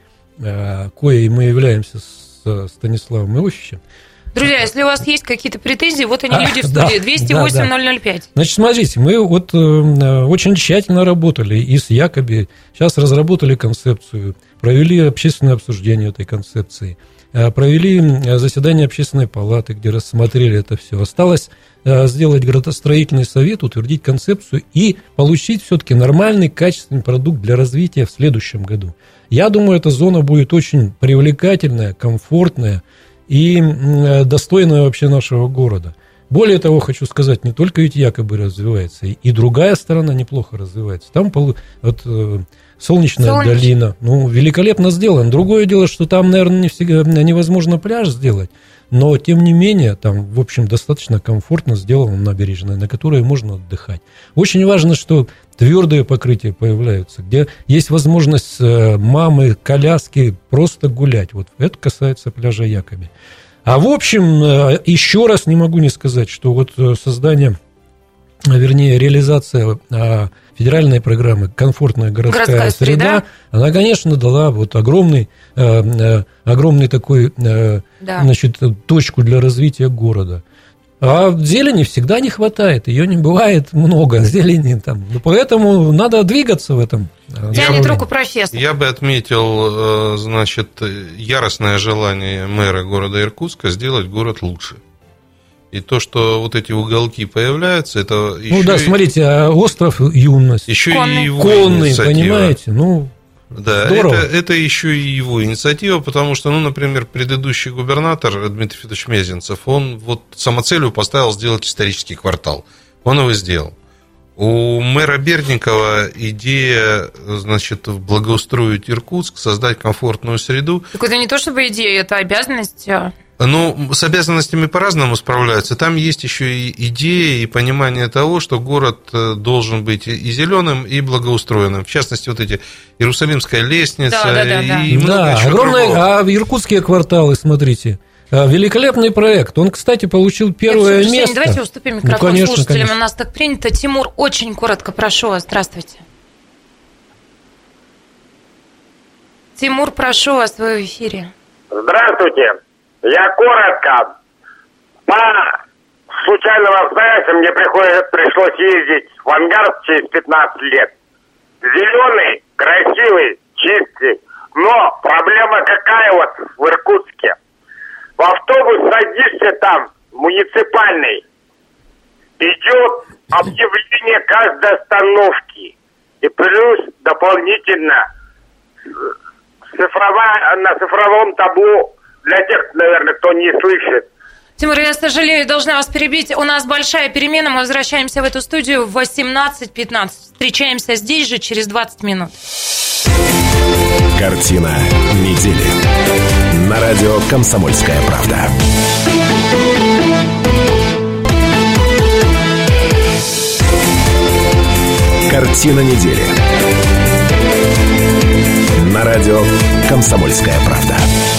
коей мы являемся с Станиславом Иосифовичем. Друзья, если у вас есть какие-то претензии, вот они, а, люди в да, студии, двести восемь ноль ноль пять. Да, да. Значит, смотрите, мы вот э, очень тщательно работали и с Якоби, сейчас разработали концепцию, провели общественное обсуждение этой концепции, э, провели заседание Общественной палаты, где рассмотрели это все. Осталось э, сделать градостроительный совет, утвердить концепцию и получить все-таки нормальный, качественный продукт для развития в следующем году. Я думаю, эта зона будет очень привлекательная, комфортная и достойная вообще нашего города. Более того, хочу сказать, не только ведь Якоби развивается, и другая сторона неплохо развивается. Там вот, Солнечная Солнечная долина, ну, великолепно сделано. Другое дело, что там, наверное, не всегда невозможно пляж сделать, но, тем не менее, там, в общем, достаточно комфортно сделана набережная, на которой можно отдыхать. Очень важно, что твердые покрытия появляются, где есть возможность мамы, коляски просто гулять. Вот это касается пляжа Якоби. А в общем, еще раз не могу не сказать, что вот создание, вернее, реализация федеральной программы «Комфортная городская, городская среда», среда, она, конечно, дала вот огромный, огромный такой, да. значит, точку для развития города. А зелени всегда не хватает, ее не бывает много, зелени там. Поэтому надо двигаться в этом. Тянет руку профессор. Я бы отметил, значит, яростное желание мэра города Иркутска сделать город лучше. И то, что вот эти уголки появляются, это еще... Ну да, и... смотрите, остров Юность. Еще конный. и его конный, инициатива. Понимаете, ну... Да, это, это еще и его инициатива, потому что, ну, например, предыдущий губернатор Дмитрий Федорович Мезенцев, он вот самоцелью поставил сделать исторический квартал. Он его сделал. У мэра Бердникова идея, значит, благоустроить Иркутск, создать комфортную среду. Так это не то чтобы идея, это обязанность. Ну, с обязанностями по-разному справляются. Там есть еще и идея, и понимание того, что город должен быть и зеленым, и благоустроенным. В частности, вот эти Иерусалимская лестница, да, да, да, да. и много да, еще огромное, другого. А в иркутские кварталы, смотрите, великолепный проект. Он, кстати, получил первое Нет, место. Давайте уступим микрофон ну, конечно, слушателям. конечно. У нас так принято. Тимур, очень коротко прошу вас. Здравствуйте. Тимур, прошу вас, вы в эфире. Здравствуйте. Я коротко. По случайным обстоятельствам мне приходит, пришлось ездить в Ангарск через пятнадцать лет. Зеленый, красивый, чистый. Но проблема какая вот в Иркутске? В автобус садишься там, муниципальный. Идет объявление каждой остановки. И плюс дополнительно цифровая, на цифровом табло. Для тех, наверное, кто не слышит. Тимур, я сожалею, должна вас перебить. У нас большая перемена. Мы возвращаемся в эту студию в восемнадцать пятнадцать. Встречаемся здесь же через двадцать минут. Картина недели. На радио «Комсомольская правда». Картина недели. На радио «Комсомольская правда».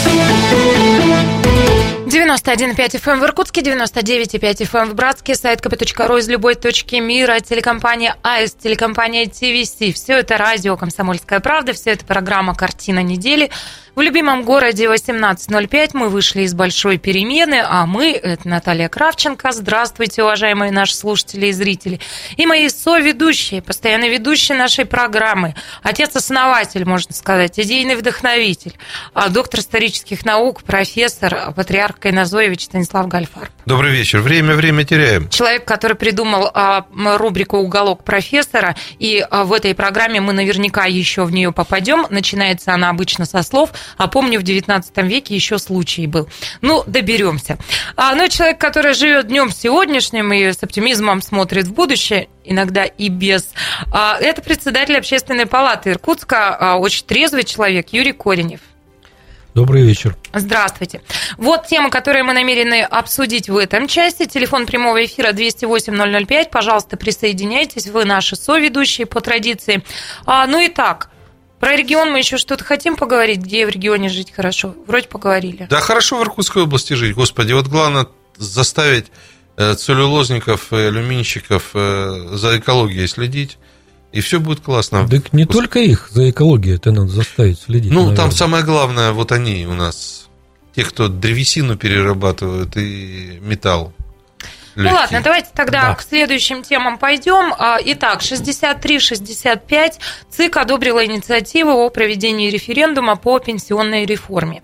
девяносто один и пять эф эм в Иркутске, девяносто девять и пять эф эм в Братске, сайт ка пэ точка ру из любой точки мира, телекомпания АЭС, телекомпания ти ви си. Все это радио «Комсомольская правда», все это программа «Картина недели». В любимом городе восемнадцать ноль пять мы вышли из большой перемены, а мы, это Наталья Кравченко. Здравствуйте, уважаемые наши слушатели и зрители. И мои соведущие, постоянно ведущие нашей программы, отец-основатель, можно сказать, идейный вдохновитель, доктор исторических наук, профессор, патриарх Кайназоевич Станислав Гальфарб. Добрый вечер. Время, время теряем. Человек, который придумал рубрику «Уголок профессора», и в этой программе мы наверняка еще в нее попадем. Начинается она обычно со слов: а помню, в девятнадцатом веке еще случай был. Ну, доберемся. А, но человек, который живет днем сегодняшним и с оптимизмом смотрит в будущее, иногда и без, а, это председатель Общественной палаты Иркутска, а, очень трезвый человек Юрий Коренев. Добрый вечер. Здравствуйте. Вот тема, которую мы намерены обсудить в этом части. Телефон прямого эфира двести восемь ноль ноль пять. Пожалуйста, присоединяйтесь. Вы наши соведущие по традиции. А, ну и так, про регион мы еще что-то хотим поговорить, где в регионе жить хорошо. Вроде поговорили. Да, хорошо в Иркутской области жить. Господи, вот главное заставить целлюлозников и алюминщиков за экологией следить. И все будет классно. Так не только их за экологией это надо заставить следить. Ну, наверное. там самое главное, вот они у нас, те, кто древесину перерабатывают и металл. Легкий. Ну ладно, давайте тогда да. к следующим темам пойдем. Итак, шестьдесят три шестьдесят пять ЦИК одобрила инициативу о проведении референдума по пенсионной реформе.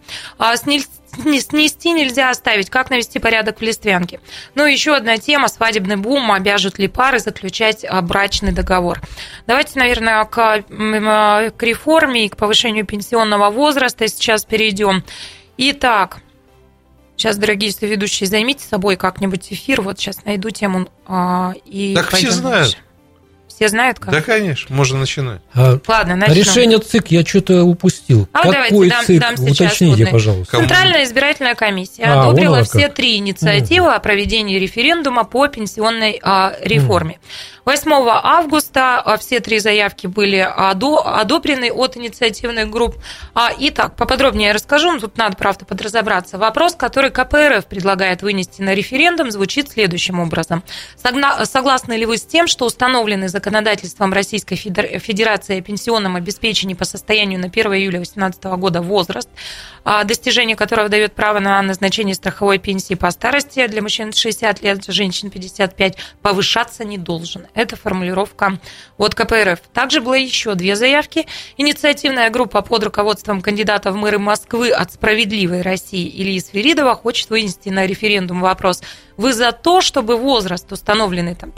Снести нельзя оставить, как навести порядок в Листвянке. Ну и еще одна тема: свадебный бум, обяжут ли пары заключать брачный договор. Давайте, наверное, к, к реформе и к повышению пенсионного возраста сейчас перейдем. Итак, сейчас, дорогие соведущие, займите собой как-нибудь эфир. Вот сейчас найду тему а, и так все знают. Дальше. Все знают как? Да, конечно, можно начинать. А, Ладно, начнем. Решение ЦИК я что-то упустил. А вот Какой давайте, ЦИК? дам, дам сейчас Уточните, водный. пожалуйста. Центральная избирательная комиссия А, одобрила вон все как. три инициативы о проведении референдума по пенсионной а, реформе. восьмого августа а, все три заявки были одо, одобрены от инициативных групп. А, итак, поподробнее я расскажу, но тут надо, правда, подразобраться. Вопрос, который ка пэ эр эф предлагает вынести на референдум, звучит следующим образом. Согна, согласны ли вы с тем, что установленный законодательством Российской Федерации о пенсионном обеспечении по состоянию на первое июля две тысячи восемнадцатого года возраст, достижение которого дает право на назначение страховой пенсии по старости для мужчин шестьдесят лет, для женщин пятьдесят пять, повышаться не должен? Это формулировка от ка пэ эр эф. Также было еще две заявки. Инициативная группа под руководством кандидата в мэры Москвы от «Справедливой России» Ильи Свиридова хочет вынести на референдум вопрос: вы за то, чтобы возраст, установленный там,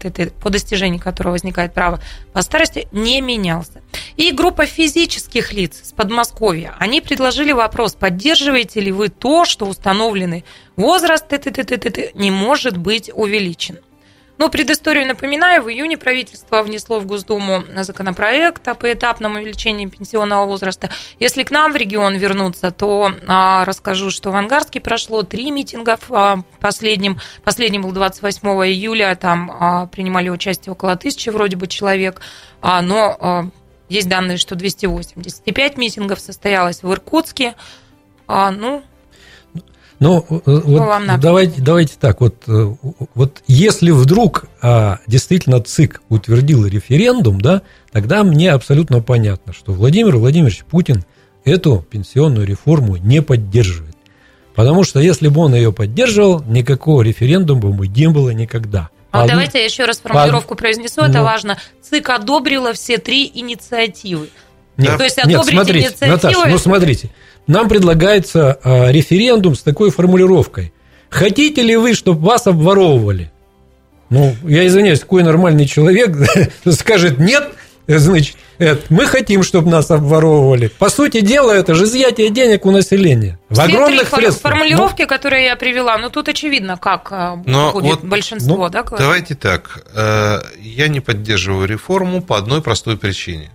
по достижению которого возникает право по старости, не менялся? И группа физических лиц с Подмосковья, они предложили вопрос: поддерживаете ли вы то, что установленный возраст не может быть увеличен? Ну, предысторию напоминаю. В июне правительство внесло в Госдуму законопроект о поэтапном увеличении пенсионного возраста. Если к нам в регион вернуться, то а, расскажу, что в Ангарске прошло три митинга. А, последним, последний был двадцать восьмого июля. Там а, принимали участие около тысячи вроде бы человек. А, но а, есть данные, что двести восемьдесят пять митингов состоялось в Иркутске. А, ну... Ну, вот давайте, давайте так, вот, вот если вдруг а, действительно ЦИК утвердил референдум, да, тогда мне абсолютно понятно, что Владимир Владимирович Путин эту пенсионную реформу не поддерживает. Потому что если бы он ее поддерживал, никакого референдума бы не было никогда. А Одну... давайте я еще раз формулировку Под... произнесу, это ну... важно. ЦИК одобрила все три инициативы. Нет, То есть нет, смотрите, инициативы... Наташа, ну смотрите. Нам предлагается а, референдум с такой формулировкой: хотите ли вы, чтобы вас обворовывали? Ну, я извиняюсь, какой нормальный человек скажет нет, значит, это, мы хотим, чтобы нас обворовывали. По сути дела, это же изъятие денег у населения. В Все огромных три средствах. Формулировки, ну, которые я привела, ну тут очевидно, как но будет вот, большинство. Ну, да, давайте так, я не поддерживаю реформу по одной простой причине.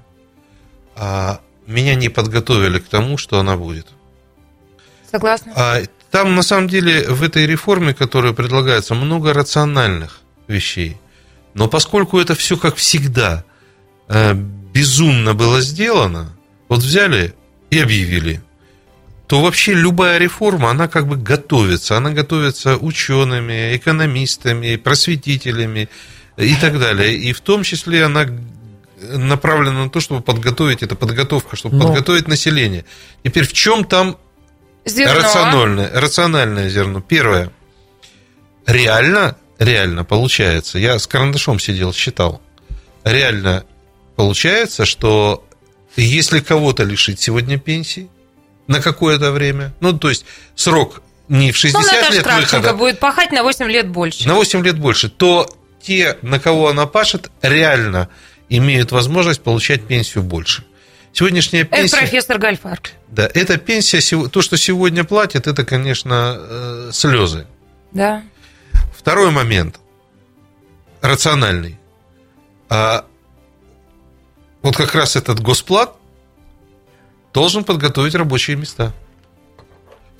Меня не подготовили к тому, что она будет. Согласна. Там, на самом деле, в этой реформе, которая предлагается, много рациональных вещей. Но поскольку это все, как всегда, безумно было сделано, вот взяли и объявили, то вообще любая реформа, она как бы готовится. Она готовится учеными, экономистами, просветителями и так далее. И в том числе она... направлена на то, чтобы подготовить, это подготовка, чтобы Но... подготовить население. Теперь в чем там зерно? рациональное, рациональное зерно? Первое. Реально, реально получается, я с карандашом сидел, считал, реально получается, что если кого-то лишить сегодня пенсии на какое-то время, ну, то есть срок не в шестьдесят ну, лет выхода, будет пахать на восемь лет больше. На восемь лет больше, то те, на кого она пашет, реально имеют возможность получать пенсию больше. Сегодняшняя пенсия... Это профессор Гальфар. Да, эта пенсия, то, что сегодня платят, это, конечно, э, слезы. Да. Второй момент, рациональный. А вот как раз этот госплат должен подготовить рабочие места.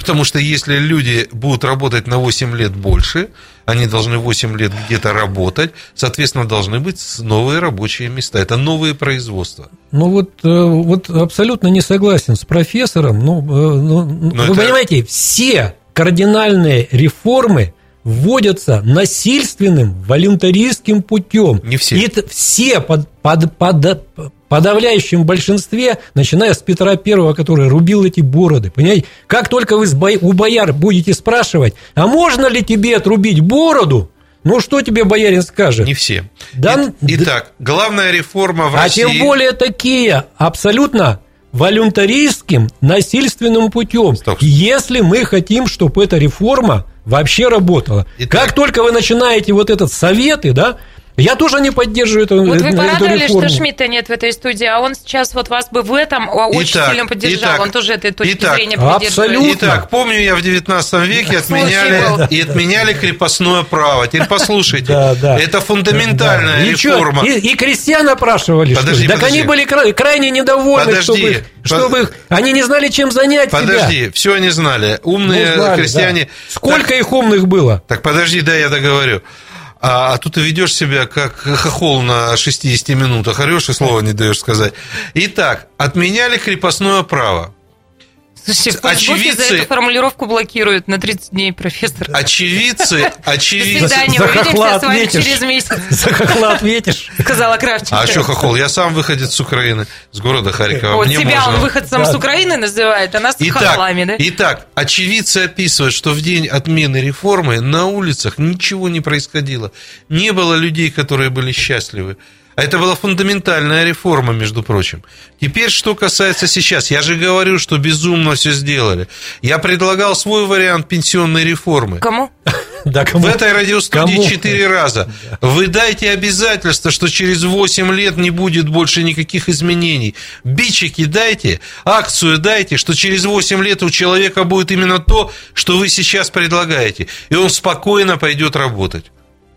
Потому что если люди будут работать на восемь лет больше, они должны восемь лет где-то работать, соответственно, должны быть новые рабочие места. Это новые производства. Ну вот, вот абсолютно не согласен с профессором. Ну, ну, вы это... понимаете, все кардинальные реформы вводятся насильственным волюнтаристским путем. Не все. И все под, под, под, подавляющем большинстве, начиная с Петра Первого, который рубил эти бороды. Понимаете? Как только вы у бояр будете спрашивать, а можно ли тебе отрубить бороду, ну что тебе боярин скажет? Не все. Да, Итак, главная реформа в а России... А тем более такие абсолютно... волюнтаристским, насильственным путем. Стоп. Если мы хотим, чтобы эта реформа вообще работала. Итак. Как только вы начинаете вот этот советы, да, я тоже не поддерживаю эту, вот эту реформу. Вот вы порадовали, что Шмидта нет в этой студии, а он сейчас вот вас бы в этом очень итак, сильно поддержал. Итак, он тоже этой точки итак, зрения поддерживает. Абсолютно. Итак, помню, я в девятнадцатом веке отменяли, и отменяли крепостное право. Теперь послушайте, да, да, это фундаментальная да. реформа. И, и крестьян опрашивали, подожди, что ли? Так подожди. Они были крайне недовольны, подожди, чтобы, под... чтобы их, они не знали, чем занять подожди, себя. Подожди, все они знали. Умные ну, знали, крестьяне... Да. Сколько так, их умных было? Так подожди, да, я договорю. А, а тут ты ведешь себя как хохол на шестидесяти минутах, орешь и слова не даешь сказать. Итак, отменяли крепостное право. Слушайте, в очевидцы... за эту формулировку блокируют на тридцать дней, профессор. Очевидцы, очевидцы... До свидания, за увидимся с вами через месяц. За хохла ответишь. Сказала Кравченко. А что хохол? Я сам выходец с Украины, с города Харькова. Вот тебя можно... он выходцем да. с Украины называет, а нас итак, хохлами, да? Итак, очевидцы описывают, что в день отмены реформы на улицах ничего не происходило. Не было людей, которые были счастливы. А это была фундаментальная реформа, между прочим. Теперь, что касается сейчас. Я же говорю, что безумно все сделали. Я предлагал свой вариант пенсионной реформы. Кому? Да, кому? В этой радиостудии четыре раза. Вы дайте обязательство, что через восемь лет не будет больше никаких изменений. Бичики дайте, акцию дайте, что через восемь лет у человека будет именно то, что вы сейчас предлагаете. И он спокойно пойдет работать.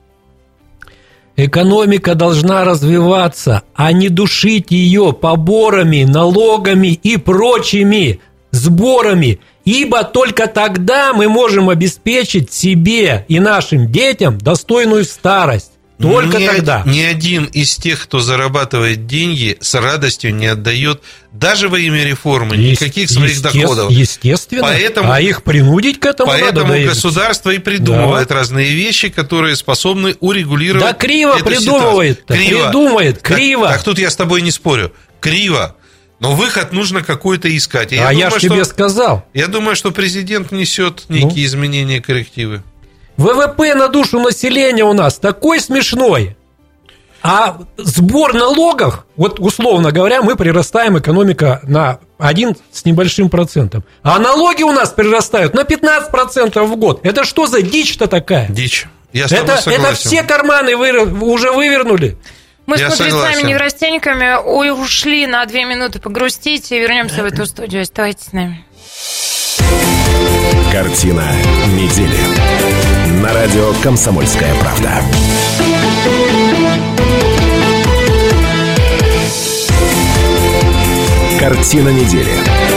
Экономика должна развиваться, а не душить ее поборами, налогами и прочими сборами, ибо только тогда мы можем обеспечить себе и нашим детям достойную старость. Только ни тогда. Ни один из тех, кто зарабатывает деньги, с радостью не отдает даже во имя реформы Есть, никаких своих есте- доходов. Естественно. Поэтому, а их принудить к этому поэтому надо. Государство и придумывает да. разные вещи, которые способны урегулировать. Да криво придумывает. Криво. Придумывает. Криво. Так, так тут я с тобой не спорю. Криво. Но выход нужно какой-то искать. Я а думаю, я же тебе сказал. Я думаю, что президент внесет некие ну? изменения, коррективы. ВВП на душу населения у нас такой смешной, а сбор налогов, вот условно говоря, мы прирастаем экономика на один с небольшим процентом, а налоги у нас прирастают на пятнадцать процентов в год. Это что за дичь-то такая? Дичь. Я с тобой это, согласен. Это все карманы вы, уже вывернули. Мы с мудрецами неврастенниками ой, ушли на две минуты погрустить и вернемся в эту студию. Оставайтесь с нами. Картина недели. На радио «Комсомольская правда». Картина недели.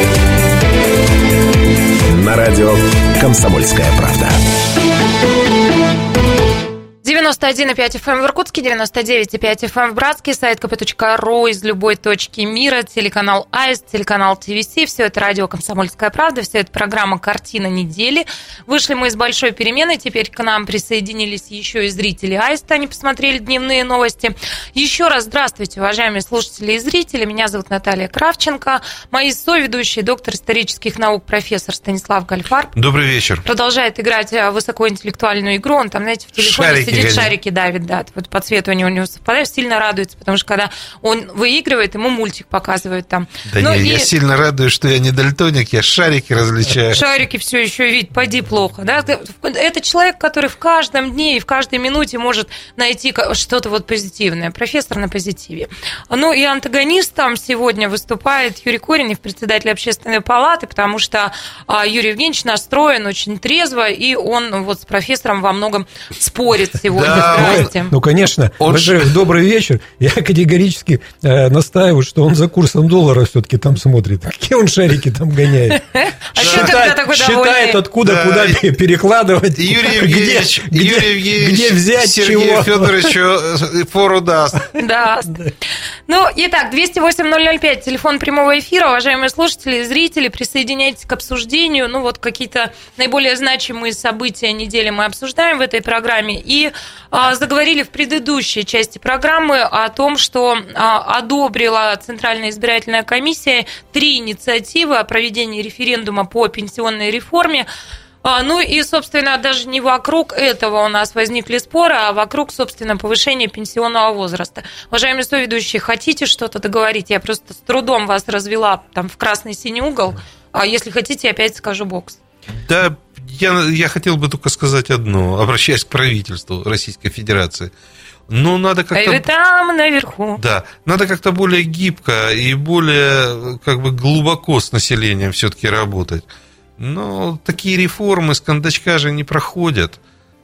На радио «Комсомольская правда». девяносто один и пять эф эм в Иркутске, девяносто девять и пять эф эм в Братске, сайт ка пэ точка ру из любой точки мира, телеканал АИС, телеканал ТВС, все это радио «Комсомольская правда», все это программа «Картина недели». Вышли мы из большой перемены, теперь к нам присоединились еще и зрители АИС, они посмотрели дневные новости. Еще раз здравствуйте, уважаемые слушатели и зрители, меня зовут Наталья Кравченко, мои соведущие, доктор исторических наук, профессор Станислав Гальфарб. Добрый вечер. Продолжает играть высокоинтеллектуальную игру, он там, знаете, в телефоне Шарики сидит, шарики давит, да, вот по цвету они у него совпадают, сильно радуется, потому что когда он выигрывает, ему мультик показывают там. Да ну, нет, и... я сильно радуюсь, что я не дальтоник, я шарики различаю. Шарики все еще видят, поди плохо, да. Это человек, который в каждом дне и в каждой минуте может найти что-то вот позитивное. Профессор на позитиве. Ну и антагонистом сегодня выступает Юрий Коренев, председатель Общественной палаты, потому что Юрий Евгеньевич настроен очень трезво, и он вот с профессором во многом спорит сегодня. Здрасте. Ну, конечно. Он Во-первых, добрый вечер. Я категорически э, настаиваю, что он за курсом доллара все-таки там смотрит. Какие он шарики там гоняет. А что тогда такой довольный? Считает, откуда, Да. куда перекладывать. Юрий где, Евгеньевич, где, Юрий Евгеньевич где взять Сергею чего. Федоровичу фору даст. Да. Ну, итак, двести восемь ноль ноль пять, телефон прямого эфира. Уважаемые слушатели и зрители, присоединяйтесь к обсуждению. Ну, вот какие-то наиболее значимые события недели мы обсуждаем в этой программе. И а, заговорили в предыдущей части программы о том, что а, одобрила Центральная избирательная комиссия три инициативы о проведении референдума по пенсионной реформе. А, ну и, собственно, даже не вокруг этого у нас возникли споры, а вокруг, собственно, повышения пенсионного возраста. Уважаемые соведущие, хотите что-то договорить? Я просто с трудом вас развела там в красный-синий угол. А если хотите, опять скажу бокс. Да, я, я хотел бы только сказать одно, обращаясь к правительству Российской Федерации. Ну, надо как-то... А вы там наверху. Да, надо как-то более гибко и более как бы глубоко с населением все-таки работать. Но такие реформы с кондачка же не проходят.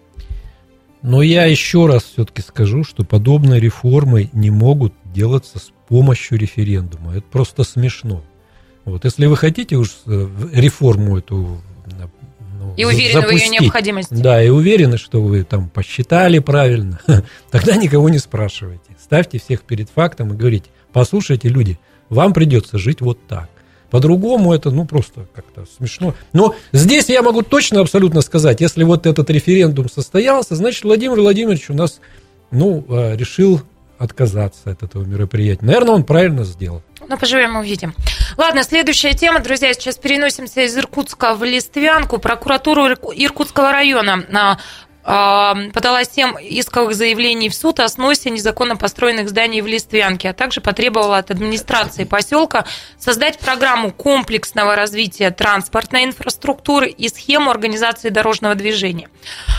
Но я еще раз все-таки скажу, что подобные реформы не могут делаться с помощью референдума. Это просто смешно. Вот, если вы хотите уж реформу эту ну, И уверены запустить, в ее необходимости. Да, и уверены, что вы там посчитали правильно, тогда никого не спрашивайте. Ставьте всех перед фактом и говорите: послушайте, люди, вам придется жить вот так. По-другому это, ну, просто как-то смешно. Но здесь я могу точно абсолютно сказать, если вот этот референдум состоялся, значит, Владимир Владимирович у нас, ну, решил отказаться от этого мероприятия. Наверное, он правильно сделал. Ну, поживем, увидим. Ладно, следующая тема, друзья. Сейчас переносимся из Иркутска в Листвянку. Прокуратура Иркутского района подала семь исковых заявлений в суд о сносе незаконно построенных зданий в Листвянке, а также потребовала от администрации поселка создать программу комплексного развития транспортной инфраструктуры и схему организации дорожного движения.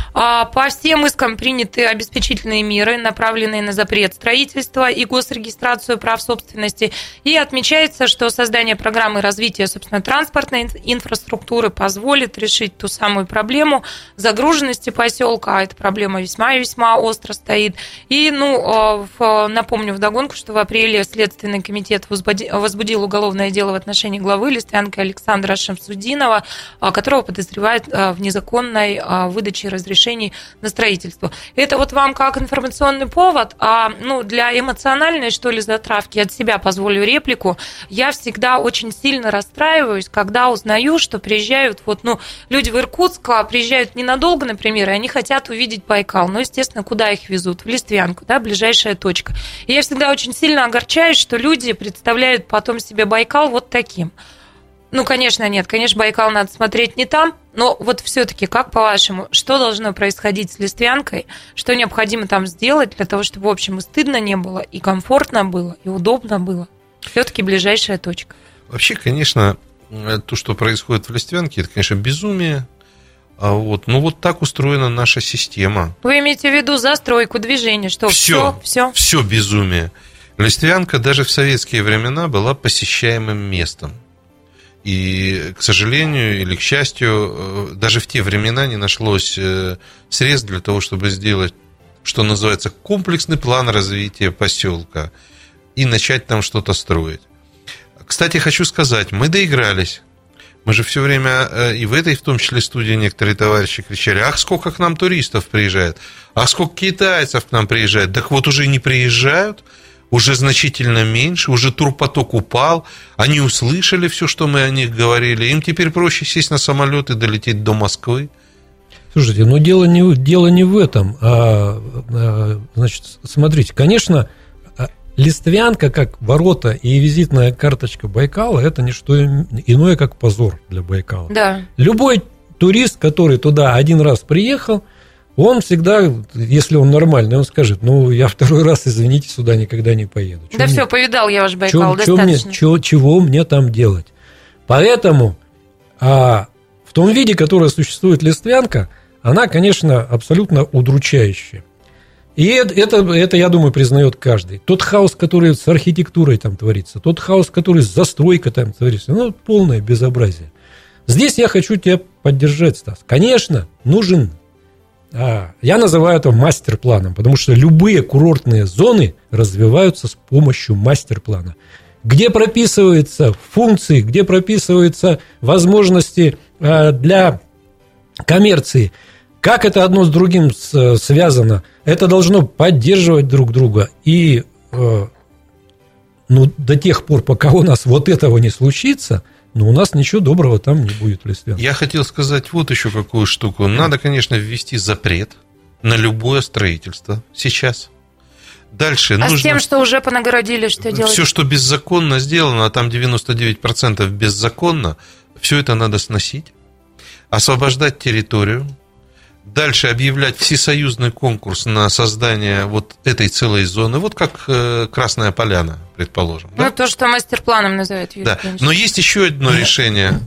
По всем искам приняты обеспечительные меры, направленные на запрет строительства и госрегистрацию прав собственности. И отмечается, что создание программы развития, собственно, транспортной инфраструктуры позволит решить ту самую проблему загруженности поселка. А эта проблема весьма и весьма остро стоит. И, ну, напомню вдогонку, что в апреле Следственный комитет возбудил уголовное дело в отношении главы Листвянки Александра Шамсудинова, которого подозревают в незаконной выдаче разрешений на строительство. Это вот вам как информационный повод, а ну, для эмоциональной, что ли, затравки от себя позволю реплику. Я всегда очень сильно расстраиваюсь, когда узнаю, что приезжают вот, ну, люди в Иркутск, приезжают ненадолго, например, и они хотят увидеть Байкал. Ну, естественно, куда их везут? В Листвянку, да, ближайшая точка. И я всегда очень сильно огорчаюсь, что люди представляют потом себе Байкал вот таким. Ну, конечно, нет. Конечно, Байкал надо смотреть не там, но вот все-таки, как по-вашему, что должно происходить с Листвянкой, что необходимо там сделать для того, чтобы, в общем, и стыдно не было, и комфортно было, и удобно было? Все-таки ближайшая точка. Вообще, конечно, то, что происходит в Листвянке, это, конечно, безумие. А вот, ну, вот так устроена наша система. Вы имеете в виду застройку, движение, что все, все, все безумие. Листвянка даже в советские времена была посещаемым местом. И, к сожалению или к счастью, даже в те времена не нашлось средств для того, чтобы сделать, что называется, комплексный план развития поселка и начать там что-то строить. Кстати, хочу сказать, мы доигрались. Мы же все время, и в этой, в том числе, студии некоторые товарищи кричали: ах, сколько к нам туристов приезжает, ах, сколько китайцев к нам приезжает. Так вот, уже не приезжают, уже значительно меньше, уже турпоток упал, они услышали все, что мы о них говорили, им теперь проще сесть на самолет и долететь до Москвы. Слушайте, но дело не, дело не в этом. А, а, значит, смотрите, конечно, Листвянка как ворота и визитная карточка Байкала – это не что иное, как позор для Байкала. Да. Любой турист, который туда один раз приехал, он всегда, если он нормальный, он скажет: ну, я второй раз, извините, сюда никогда не поеду. Чё да мне, все, повидал я ваш Байкал, чё, достаточно. Чё мне, чё, чего мне там делать? Поэтому а, в том виде, который существует Листвянка, она, конечно, абсолютно удручающая. И это, это, это, я думаю, признает каждый. Тот хаос, который с архитектурой там творится, тот хаос, который с застройкой там творится, ну, полное безобразие. Здесь я хочу тебя поддержать, Стас. Конечно, нужен Я называю это мастер-планом, потому что любые курортные зоны развиваются с помощью мастер-плана, где прописываются функции, где прописываются возможности для коммерции. Как это одно с другим связано? Это должно поддерживать друг друга. И ну, до тех пор, пока у нас вот этого не случится, но у нас ничего доброго там не будет в Листвянке. Я хотел сказать вот еще какую штуку. Надо, конечно, ввести запрет на любое строительство сейчас. Дальше а нужно... с тем, что уже понагородили, что делать? Все, что беззаконно сделано, а там девяносто девять процентов беззаконно, все это надо сносить, освобождать территорию, дальше объявлять всесоюзный конкурс на создание вот этой целой зоны, вот как Красная Поляна, предположим. Ну, да? то, что мастер-планом называют. Юрий Да. Но есть еще одно решение.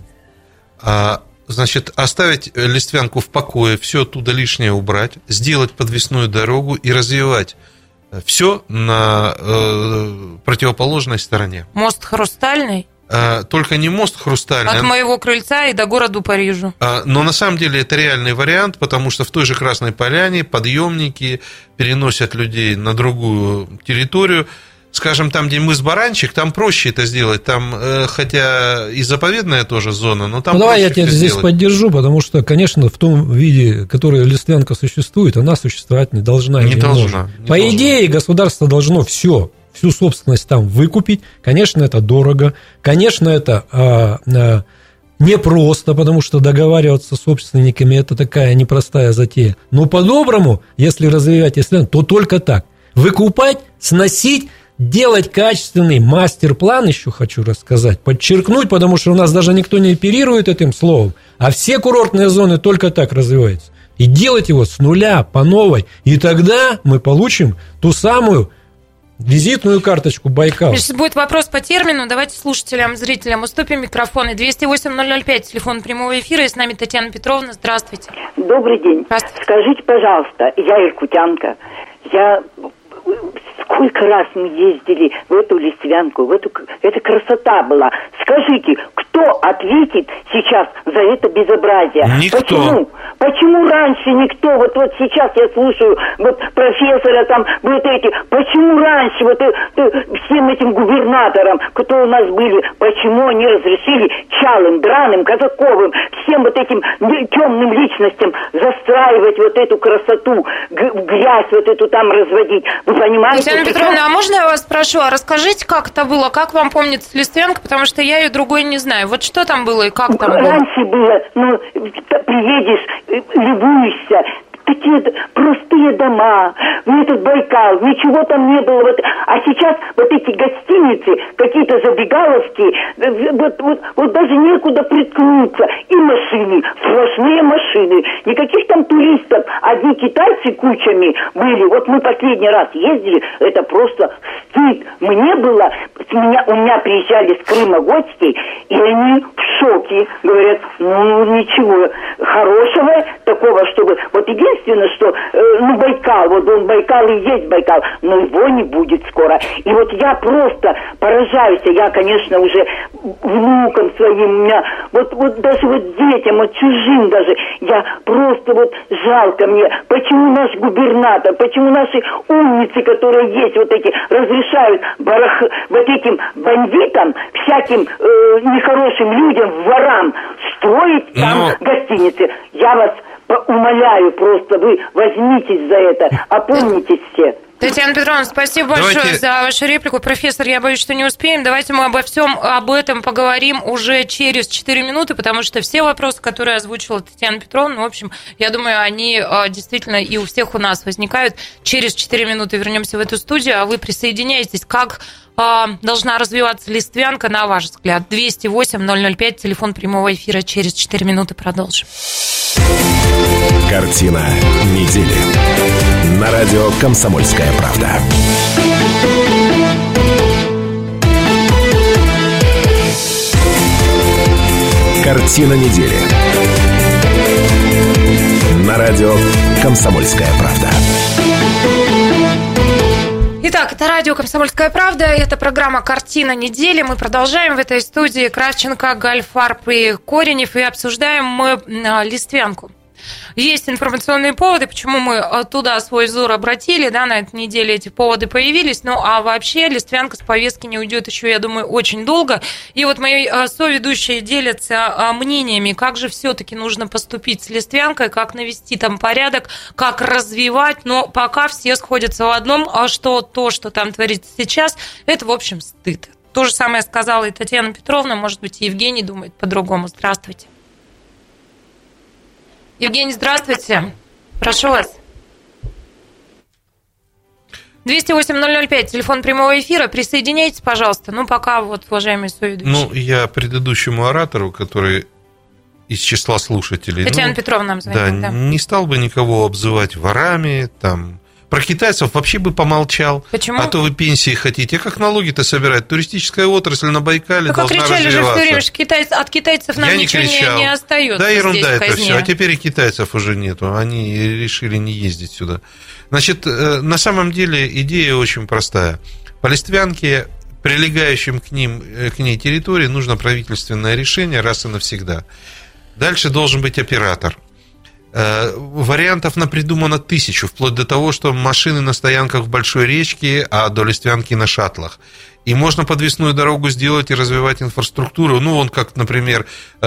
Значит, оставить Листвянку в покое, все оттуда лишнее убрать, сделать подвесную дорогу и развивать все на э, противоположной стороне. Мост Хрустальный? А, только не мост Хрустальный. От моего крыльца и до города Парижу. А, но на самом деле это реальный вариант, потому что в той же Красной Поляне подъемники переносят людей на другую территорию. Скажем, там, где мыс Баранчик, там проще это сделать. Там, э, хотя и заповедная тоже зона, но там ну, проще давай я тебя здесь сделать. Поддержу, потому что, конечно, в том виде, который Листвянка существует, она существовать не должна. Не, не должна. может. Не По должна. идее, государство должно все, всю собственность там выкупить. Конечно, это дорого. Конечно, это а, а, непросто, потому что договариваться с собственниками – это такая непростая затея. Но по-доброму, если развивать Листвянку, то только так. Выкупать, сносить, делать качественный мастер-план, еще хочу рассказать, подчеркнуть, потому что у нас даже никто не оперирует этим словом, а все курортные зоны только так развиваются. И делать его с нуля, по новой, и тогда мы получим ту самую визитную карточку Байкала. Сейчас будет вопрос по термину. Давайте слушателям, зрителям уступим микрофоны. двести восемь ноль ноль пять, телефон прямого эфира. И с нами Татьяна Петровна. Здравствуйте. Добрый день. Здравствуйте. Скажите, пожалуйста, я иркутянка. Я... Сколько раз мы ездили в эту Листвянку, в эту... Это красота была. Скажите, кто ответит сейчас за это безобразие? Никто. Почему? Почему раньше никто? Вот, вот сейчас я слушаю вот профессора там, вот эти. Почему раньше вот э, э, всем этим губернаторам, кто у нас были, почему они разрешили Чалым, Драным, Казаковым, всем вот этим темным личностям застраивать вот эту красоту, грязь вот эту там разводить? Вы понимаете? Татьяна Петровна, а можно я вас спрошу, а расскажите, как это было, как вам помнится Листвянка, потому что я ее другой не знаю. Вот что там было и как там было? Раньше было, ну, приедешь, любуешься, такие простые дома, в этот Байкал, ничего там не было. Вот, а сейчас вот эти гостиницы, какие-то забегаловки, вот, вот, вот даже некуда приткнуться. И машины, сплошные машины, никаких там туристов, одни китайцы кучами были. Вот мы последний раз ездили, это просто стыд. Мне было, с меня, у меня приезжали с Крыма гости, и они в шоке, говорят, ну ничего хорошего такого, чтобы... Вот единственное, что, э, ну, Байкал, вот он Байкал и есть Байкал, но его не будет скоро. И вот я просто поражаюсь, я, конечно, уже внукам своим, у меня, вот, вот даже вот детям, вот чужим даже, я просто вот жалко мне, почему наш губернатор, почему наши умницы, которые есть, вот эти, разрешают барах, вот этим бандитам, всяким э, нехорошим людям, ворам, строить там Но... гостиницы. Я вас умоляю просто, вы возьмитесь за это, опомнитесь все. Татьяна Петровна, спасибо большое Давайте... за вашу реплику. Профессор, я боюсь, что не успеем. Давайте мы обо всем об этом поговорим уже через четыре минуты, потому что все вопросы, которые озвучила Татьяна Петровна, ну, в общем, я думаю, они действительно и у всех у нас возникают. Через четыре минуты вернемся в эту студию, а вы присоединяйтесь. Как должна развиваться Листвянка, на ваш взгляд? двести восемь ноль ноль пять, телефон прямого эфира. Через четыре минуты продолжим. Картина недели. На радио «Комсомольская правда». Картина недели. На радио «Комсомольская правда». Итак, это радио «Комсомольская правда», это программа «Картина недели». Мы продолжаем в этой студии Кравченко, Гальфарб и Коренев, и обсуждаем мы Листвянку. есть информационные поводы, почему мы туда свой взор обратили, да, на этой неделе эти поводы появились. Ну, а вообще Листвянка с повестки не уйдет еще, я думаю, очень долго. И вот мои соведущие делятся мнениями, как же все-таки нужно поступить с Листвянкой, как навести там порядок, как развивать. Но пока все сходятся в одном, что то, что там творится сейчас, это, в общем, стыд. То же самое сказала и Татьяна Петровна, может быть, и Евгений думает по-другому. Здравствуйте. Евгений, здравствуйте. Прошу вас. двести восемь ноль ноль пять, телефон прямого эфира. Присоединяйтесь, пожалуйста. Ну, пока вот, уважаемые соведущие. Ну, я предыдущему оратору, который из числа слушателей... Татьяна ну, Петровна нам звонит, да, да. Не стал бы никого обзывать ворами, там... Про китайцев вообще бы помолчал. Почему? А то вы пенсии хотите. А как налоги-то собирать? Туристическая отрасль на Байкале так должна развиваться. кричали же все время, что китайцы, от китайцев нам Я ничего не, не, не остается. Да, ерунда это казне. все. А теперь и китайцев уже нету. Они решили не ездить сюда. Значит, на самом деле идея очень простая. По Листвянке, прилегающим к ним, к ней территории, нужно правительственное решение раз и навсегда. Дальше должен быть оператор. Вариантов напридумано тысячу, вплоть до того, что машины на стоянках в Большой речке, а до Листвянки на шаттлах. И можно подвесную дорогу сделать и развивать инфраструктуру. Ну, вон как, например,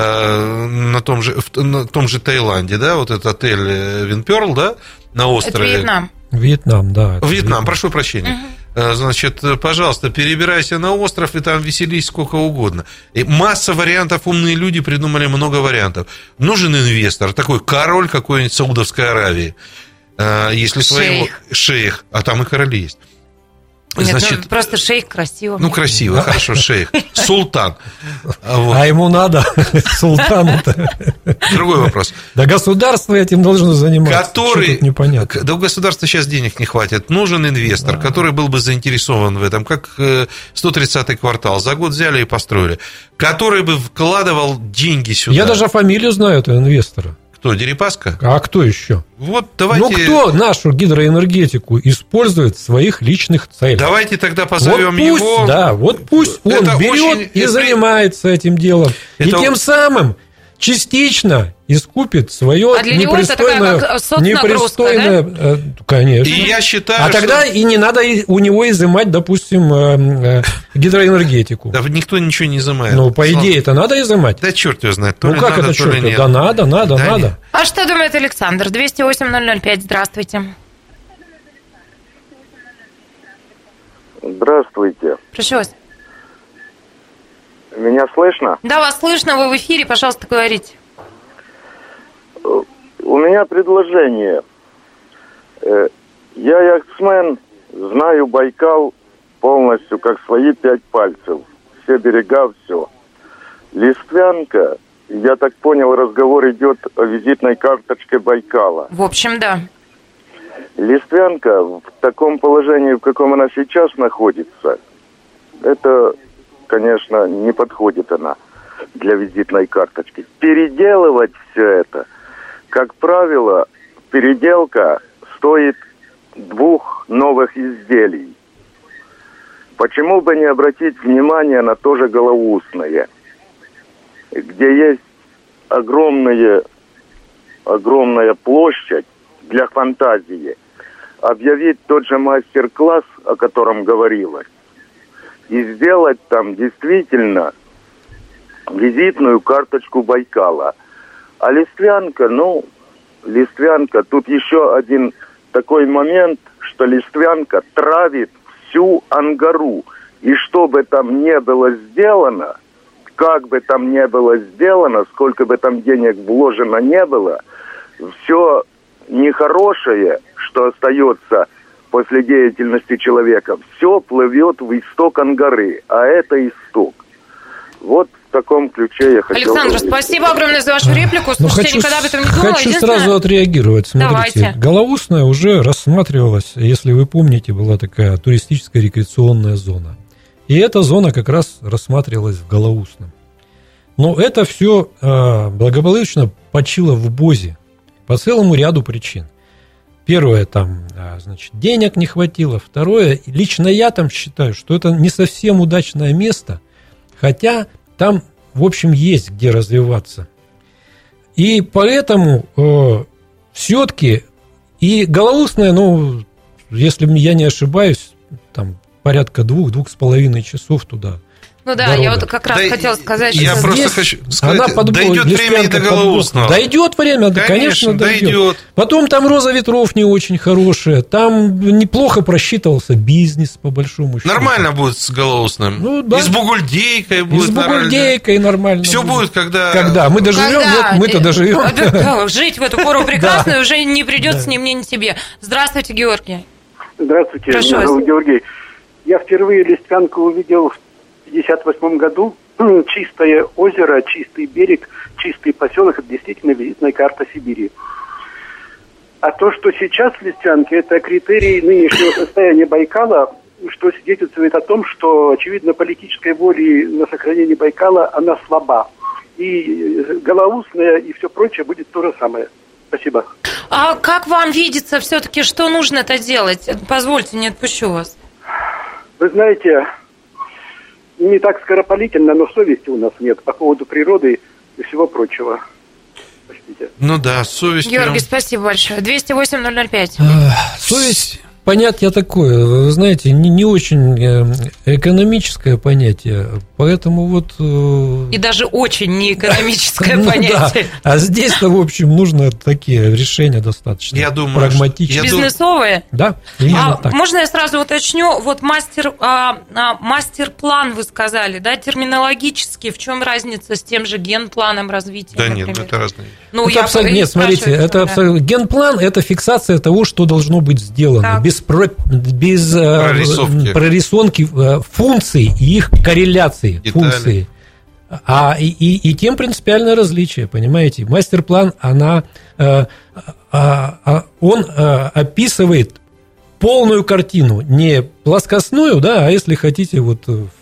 на том же, на том же Таиланде, да, вот этот отель Винперл, да, на острове. Это Вьетнам. Вьетнам, да. Вьетнам, Вьетнам, прошу прощения. Угу. Значит, пожалуйста, перебирайся на остров и там веселись сколько угодно. И масса вариантов, умные люди придумали много вариантов. Нужен инвестор, такой король какой-нибудь Саудовской Аравии, если своего шейх, а там и короли есть. Нет, значит, ну, просто шейх красиво. Ну, красиво, да. Хорошо, шейх. Султан. Вот. А ему надо, султану-то. Другой вопрос. Да государство этим должно заниматься. Который... непонятно. Да у государства сейчас денег не хватит. Нужен инвестор, да. который был бы заинтересован в этом, как сто тридцатый квартал. За год взяли и построили. Который бы вкладывал деньги сюда. Я даже фамилию знаю этого инвестора. Кто, Дерипаска? А кто еще? Вот давайте... Ну, кто нашу гидроэнергетику использует в своих личных целях? Давайте тогда позовем вот пусть, его. Да, вот пусть он это берет очень... и занимается этим делом. Это... И тем самым частично искупит свое а для непристойное... него это такая, как непристойное, да? И Конечно. я считаю, а что... тогда и не надо у него изымать, допустим, гидроэнергетику. Да никто ничего не изымает. Ну, по идее, это надо изымать. Да черт его знает. То ну, ли как надо, это черт? нет. Да надо, надо, да надо. Нет. А что думает Александр? двести восемь ноль ноль пять, здравствуйте. Здравствуйте. Прошу вас. Меня слышно? Да, вас слышно, вы в эфире, пожалуйста, говорите. У меня предложение. Я яхтсмен, знаю Байкал полностью, как свои пять пальцев. Все берега, все. Листвянка, я так понял, разговор идет о визитной карточке Байкала. В общем, да. Листвянка в таком положении, в каком она сейчас находится, это, конечно, не подходит она для визитной карточки. Переделывать все это, как правило, переделка стоит двух новых изделий. Почему бы не обратить внимание на то же голоусное, где есть огромная, огромная площадь для фантазии, объявить тот же мастер-класс, о котором говорилось, и сделать там действительно визитную карточку Байкала. А Листвянка, ну, Листвянка, тут еще один такой момент, что Листвянка травит всю Ангару. И что бы там ни было сделано, как бы там ни было сделано, сколько бы там денег вложено не было, все нехорошее, что остается после деятельности человека, все плывет в исток Ангары, а это исток. Вот в таком ключе я хотел... Александр, говорить. Спасибо огромное за вашу реплику. Слушайте, хочу, я никогда об этом не думала. Хочу сразу отреагировать. Смотрите, давайте. Голоусная уже рассматривалась, если вы помните, была такая туристическая рекреационная зона. И эта зона как раз рассматривалась в Голоусном. Но это все э, благополучно почило в БОЗе по целому ряду причин. Первое, там, значит, денег не хватило. Второе, лично я там считаю, что это не совсем удачное место, хотя там, в общем, есть где развиваться. И поэтому э, все-таки и Голоусная, ну, если я не ошибаюсь, там порядка двух-двух с половиной часов туда. Ну да, дорога. я вот как раз да, хотела сказать, я что просто здесь... хочу сказать, она под... дойдет время и до Голоусного. Дойдет время, да, конечно, конечно дойдет. дойдет. Потом там «Роза ветров» не очень хорошая, там неплохо просчитывался бизнес, по большому счету. Нормально будет с Голоусным. Ну, да. И с Бугульдейкой будет и с Бугульдейкой нормально. Все будет, будет когда... Когда? Мы доживем? Когда? Нет, мы-то доживем. Жить в эту пору прекрасную уже не придется ни мне, ни тебе. Здравствуйте, Георгий. Здравствуйте, Прошу меня зовут Георгий. Я впервые Листвянку увидел в пятьдесят восьмом году. Чистое озеро, чистый берег, чистый поселок – это действительно визитная карта Сибири. А то, что сейчас в Листвянке, это критерий нынешнего состояния Байкала, что свидетельствует о том, что, очевидно, политической воли на сохранение Байкала, она слаба. И Голоусная и все прочее будет то же самое. Спасибо. А как вам видится все-таки, что нужно это делать? Позвольте, не отпущу вас. Вы знаете, не так скоропалительно, но совести у нас нет по поводу природы и всего прочего. Простите. Ну да, совесть... Георгий, спасибо большое. двести восемь ноль ноль пять. Совесть... Понятие такое, вы знаете, не, не очень экономическое понятие, поэтому вот... И даже очень неэкономическое ну, понятие. Да. А здесь-то, в общем, нужно такие решения достаточно я думаю, прагматичные. Бизнесовые? Да, именно а так. Можно я сразу уточню? Вот мастер, а, а, мастер-план вы сказали, да, терминологически, в чем разница с тем же генпланом развития? Да например? нет, это разные. Ну, это я абсолютно, нет, смотрите, это да. абсолютно, генплан – это фиксация того, что должно быть сделано, так. без, про, без прорисовки. прорисовки функций и их корреляции Детали. функций. А, и, и, и тем принципиальное различие, понимаете? Мастер-план, она, а, а, он а, описывает полную картину, не плоскостную, да, а если хотите, вот...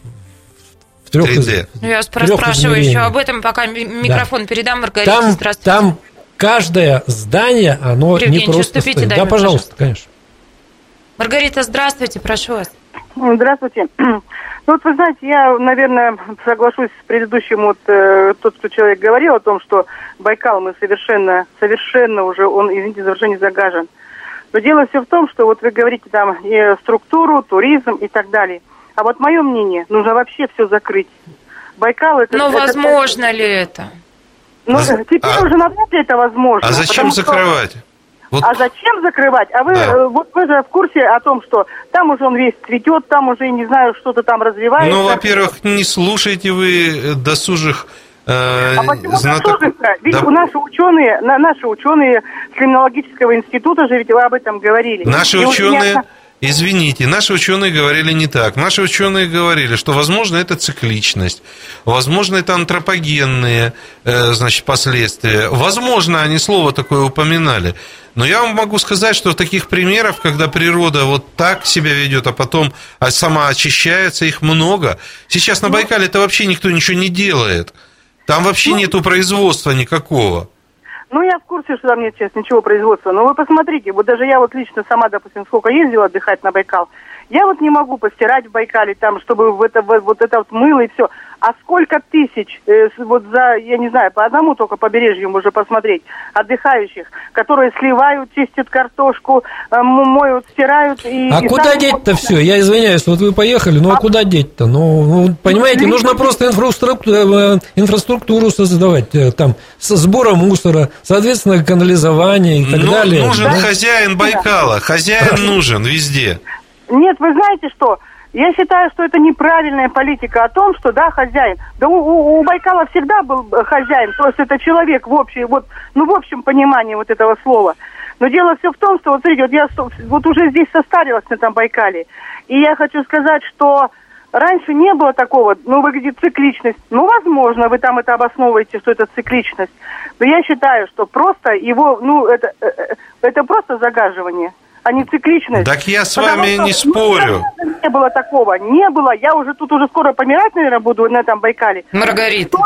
три дэ. Я вас спрашиваю еще об этом, пока микрофон да. передам Маргарите. Там, Здравствуйте. Там каждое здание, оно Евгений, не просто стоит. Да, пожалуйста, пожалуйста, конечно. Маргарита, здравствуйте, прошу вас. Здравствуйте. Ну вот вы знаете, я, наверное, соглашусь с предыдущим, вот э, тот, что человек говорил о том, что Байкал мы совершенно, совершенно уже, он, извините, уже не загажен. Но дело все в том, что вот вы говорите там и структуру, туризм и так далее. А вот мое мнение, нужно вообще все закрыть. Байкал это... Но это, возможно это, ли это? Ну, а, теперь а, уже навряд ли это возможно. А зачем закрывать? Что... Вот. А зачем закрывать? А вы, да. вот вы же в курсе о том, что там уже он весь цветет, там уже, не знаю, что-то там развивается. Ну, во-первых, не слушайте вы досужих э, А почему знаток... досужих-то? Ведь да. наши ученые, наши ученые с криминологического института же ведь вы об этом говорили. Наши И ученые... меня... Извините, наши ученые говорили не так. Наши ученые говорили, что, возможно, это цикличность, возможно, это антропогенные, значит, последствия. Возможно, они слово такое упоминали. Но я вам могу сказать, что таких примеров, когда природа вот так себя ведет, а потом сама очищается, их много. Сейчас на Байкале это вообще никто ничего не делает. Там вообще нету производства никакого. Ну, я в курсе, что там нет сейчас ничего производства. Но вы посмотрите, вот даже я вот лично сама, допустим, сколько ездила отдыхать на Байкал, я вот не могу постирать в Байкале там, чтобы в это, вот это вот мыло и все. А сколько тысяч, э, вот за, я не знаю, по одному только побережью можно посмотреть, отдыхающих, которые сливают, чистят картошку, э, моют, стирают. И, а и куда деть-то все? Я извиняюсь, вот вы поехали, ну а, а куда деть-то? Ну, ну понимаете, ну, нужно просто инфраструктуру, инфраструктуру создавать, там, с сбором мусора, соответственно, канализование и так ну, далее. Нужен да? хозяин Байкала, хозяин нужен везде. Нет, вы знаете что? Я считаю, что это неправильная политика о том, что, да, хозяин. Да у, у, у Байкала всегда был хозяин, просто это человек в общем, вот, ну, в общем понимании вот этого слова. Но дело все в том, что, вот смотрите, вот я вот уже здесь состарилась на этом Байкале, и я хочу сказать, что раньше не было такого, ну, выглядит цикличность. Ну, возможно, вы там это обосновываете, что это цикличность. Но я считаю, что просто его, ну, это, это просто загаживание, а не цикличность. Так я с Потому вами что, не спорю. Ну, не было такого, не было. Я уже тут уже скоро помирать, наверное, буду на этом Байкале. Маргарита. Столь,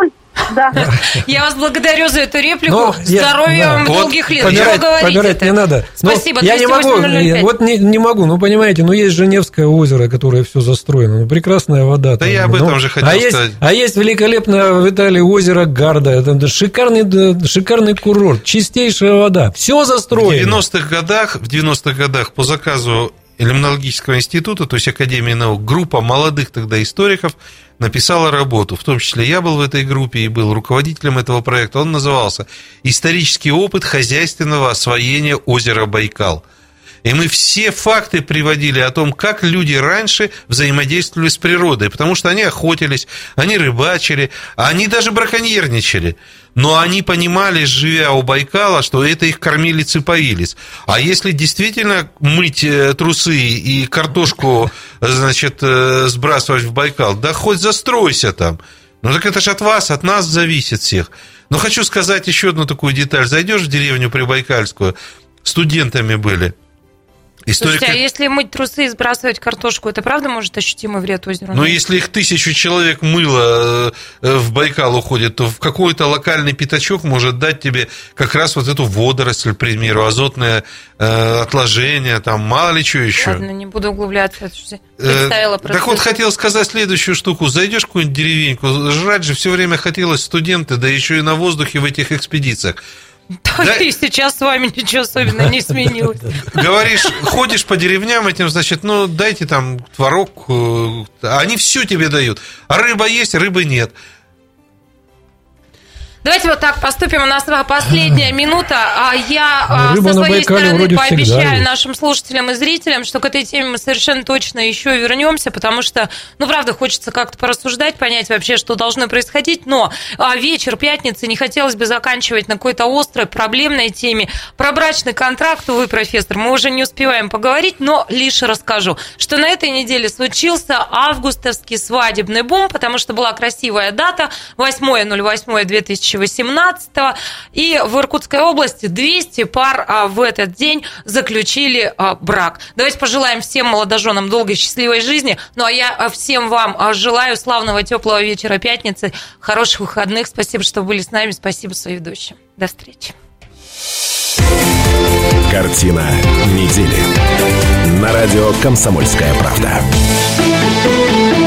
Да. Я вас благодарю за эту реплику. Здоровья вам, долгих лет. Помирать, помирать не надо. Спасибо. Я не могу, вот не, не могу, ну, понимаете, ну, есть Женевское озеро, которое все застроено, ну, прекрасная вода. Да там, я об ну, этом же хотел а сказать. Есть, а есть великолепное в Италии озеро Гарда, это шикарный, шикарный курорт, чистейшая вода, все застроено. В девяностых годах, в девяностых годах по заказу Лимнологического института, то есть Академии наук, группа молодых тогда историков написала работу, в том числе я был в этой группе и был руководителем этого проекта, он назывался «Исторический опыт хозяйственного освоения озера Байкал». И мы все факты приводили о том, как люди раньше взаимодействовали с природой, потому что они охотились, они рыбачили, они даже браконьерничали. Но они понимали, живя у Байкала, что это их кормилец и поилец. А если действительно мыть трусы и картошку, значит, сбрасывать в Байкал, да хоть застройся там. Ну так это же от вас, от нас зависит всех. Но хочу сказать еще одну такую деталь. Зайдешь в деревню Прибайкальскую, студентами были. Историк... Слушайте, а если мыть трусы и сбрасывать картошку, это правда может ощутимый вред озеру? Ну, если их тысячу человек мыло в Байкал уходит, то в какой-то локальный пятачок может дать тебе как раз вот эту водоросль, к примеру, азотное э, отложение, там, мало ли что еще. Ладно, не буду углубляться. Представила просто. Так вот, хотел сказать следующую штуку. Зайдешь в какую-нибудь деревеньку, жрать же все время хотелось студенты, да еще и на воздухе в этих экспедициях. Да, и сейчас с вами ничего особенно не сменилось. Говоришь, ходишь по деревням этим, значит, ну, дайте там творог, они все тебе дают. А рыба есть, рыбы нет. Давайте вот так поступим. У нас последняя минута. А я Рыба со своей стороны пообещаю есть. нашим слушателям и зрителям, что к этой теме мы совершенно точно еще вернемся, потому что, ну, правда, хочется как-то порассуждать, понять вообще, что должно происходить. Но вечер пятницы не хотелось бы заканчивать на какой-то острой, проблемной теме. Про брачный контракт, увы, профессор, мы уже не успеваем поговорить, но лишь расскажу, что на этой неделе случился августовский свадебный бум, потому что была красивая дата, восьмое ноль восьмое две тысячи восемнадцатого, и в Иркутской области двести пар в этот день заключили брак. Давайте пожелаем всем молодоженам долгой счастливой жизни. Ну а я всем вам желаю славного теплого вечера пятницы, хороших выходных. Спасибо, что были с нами. Спасибо своим ведущим. До встречи. Картина недели. На радио «Комсомольская правда».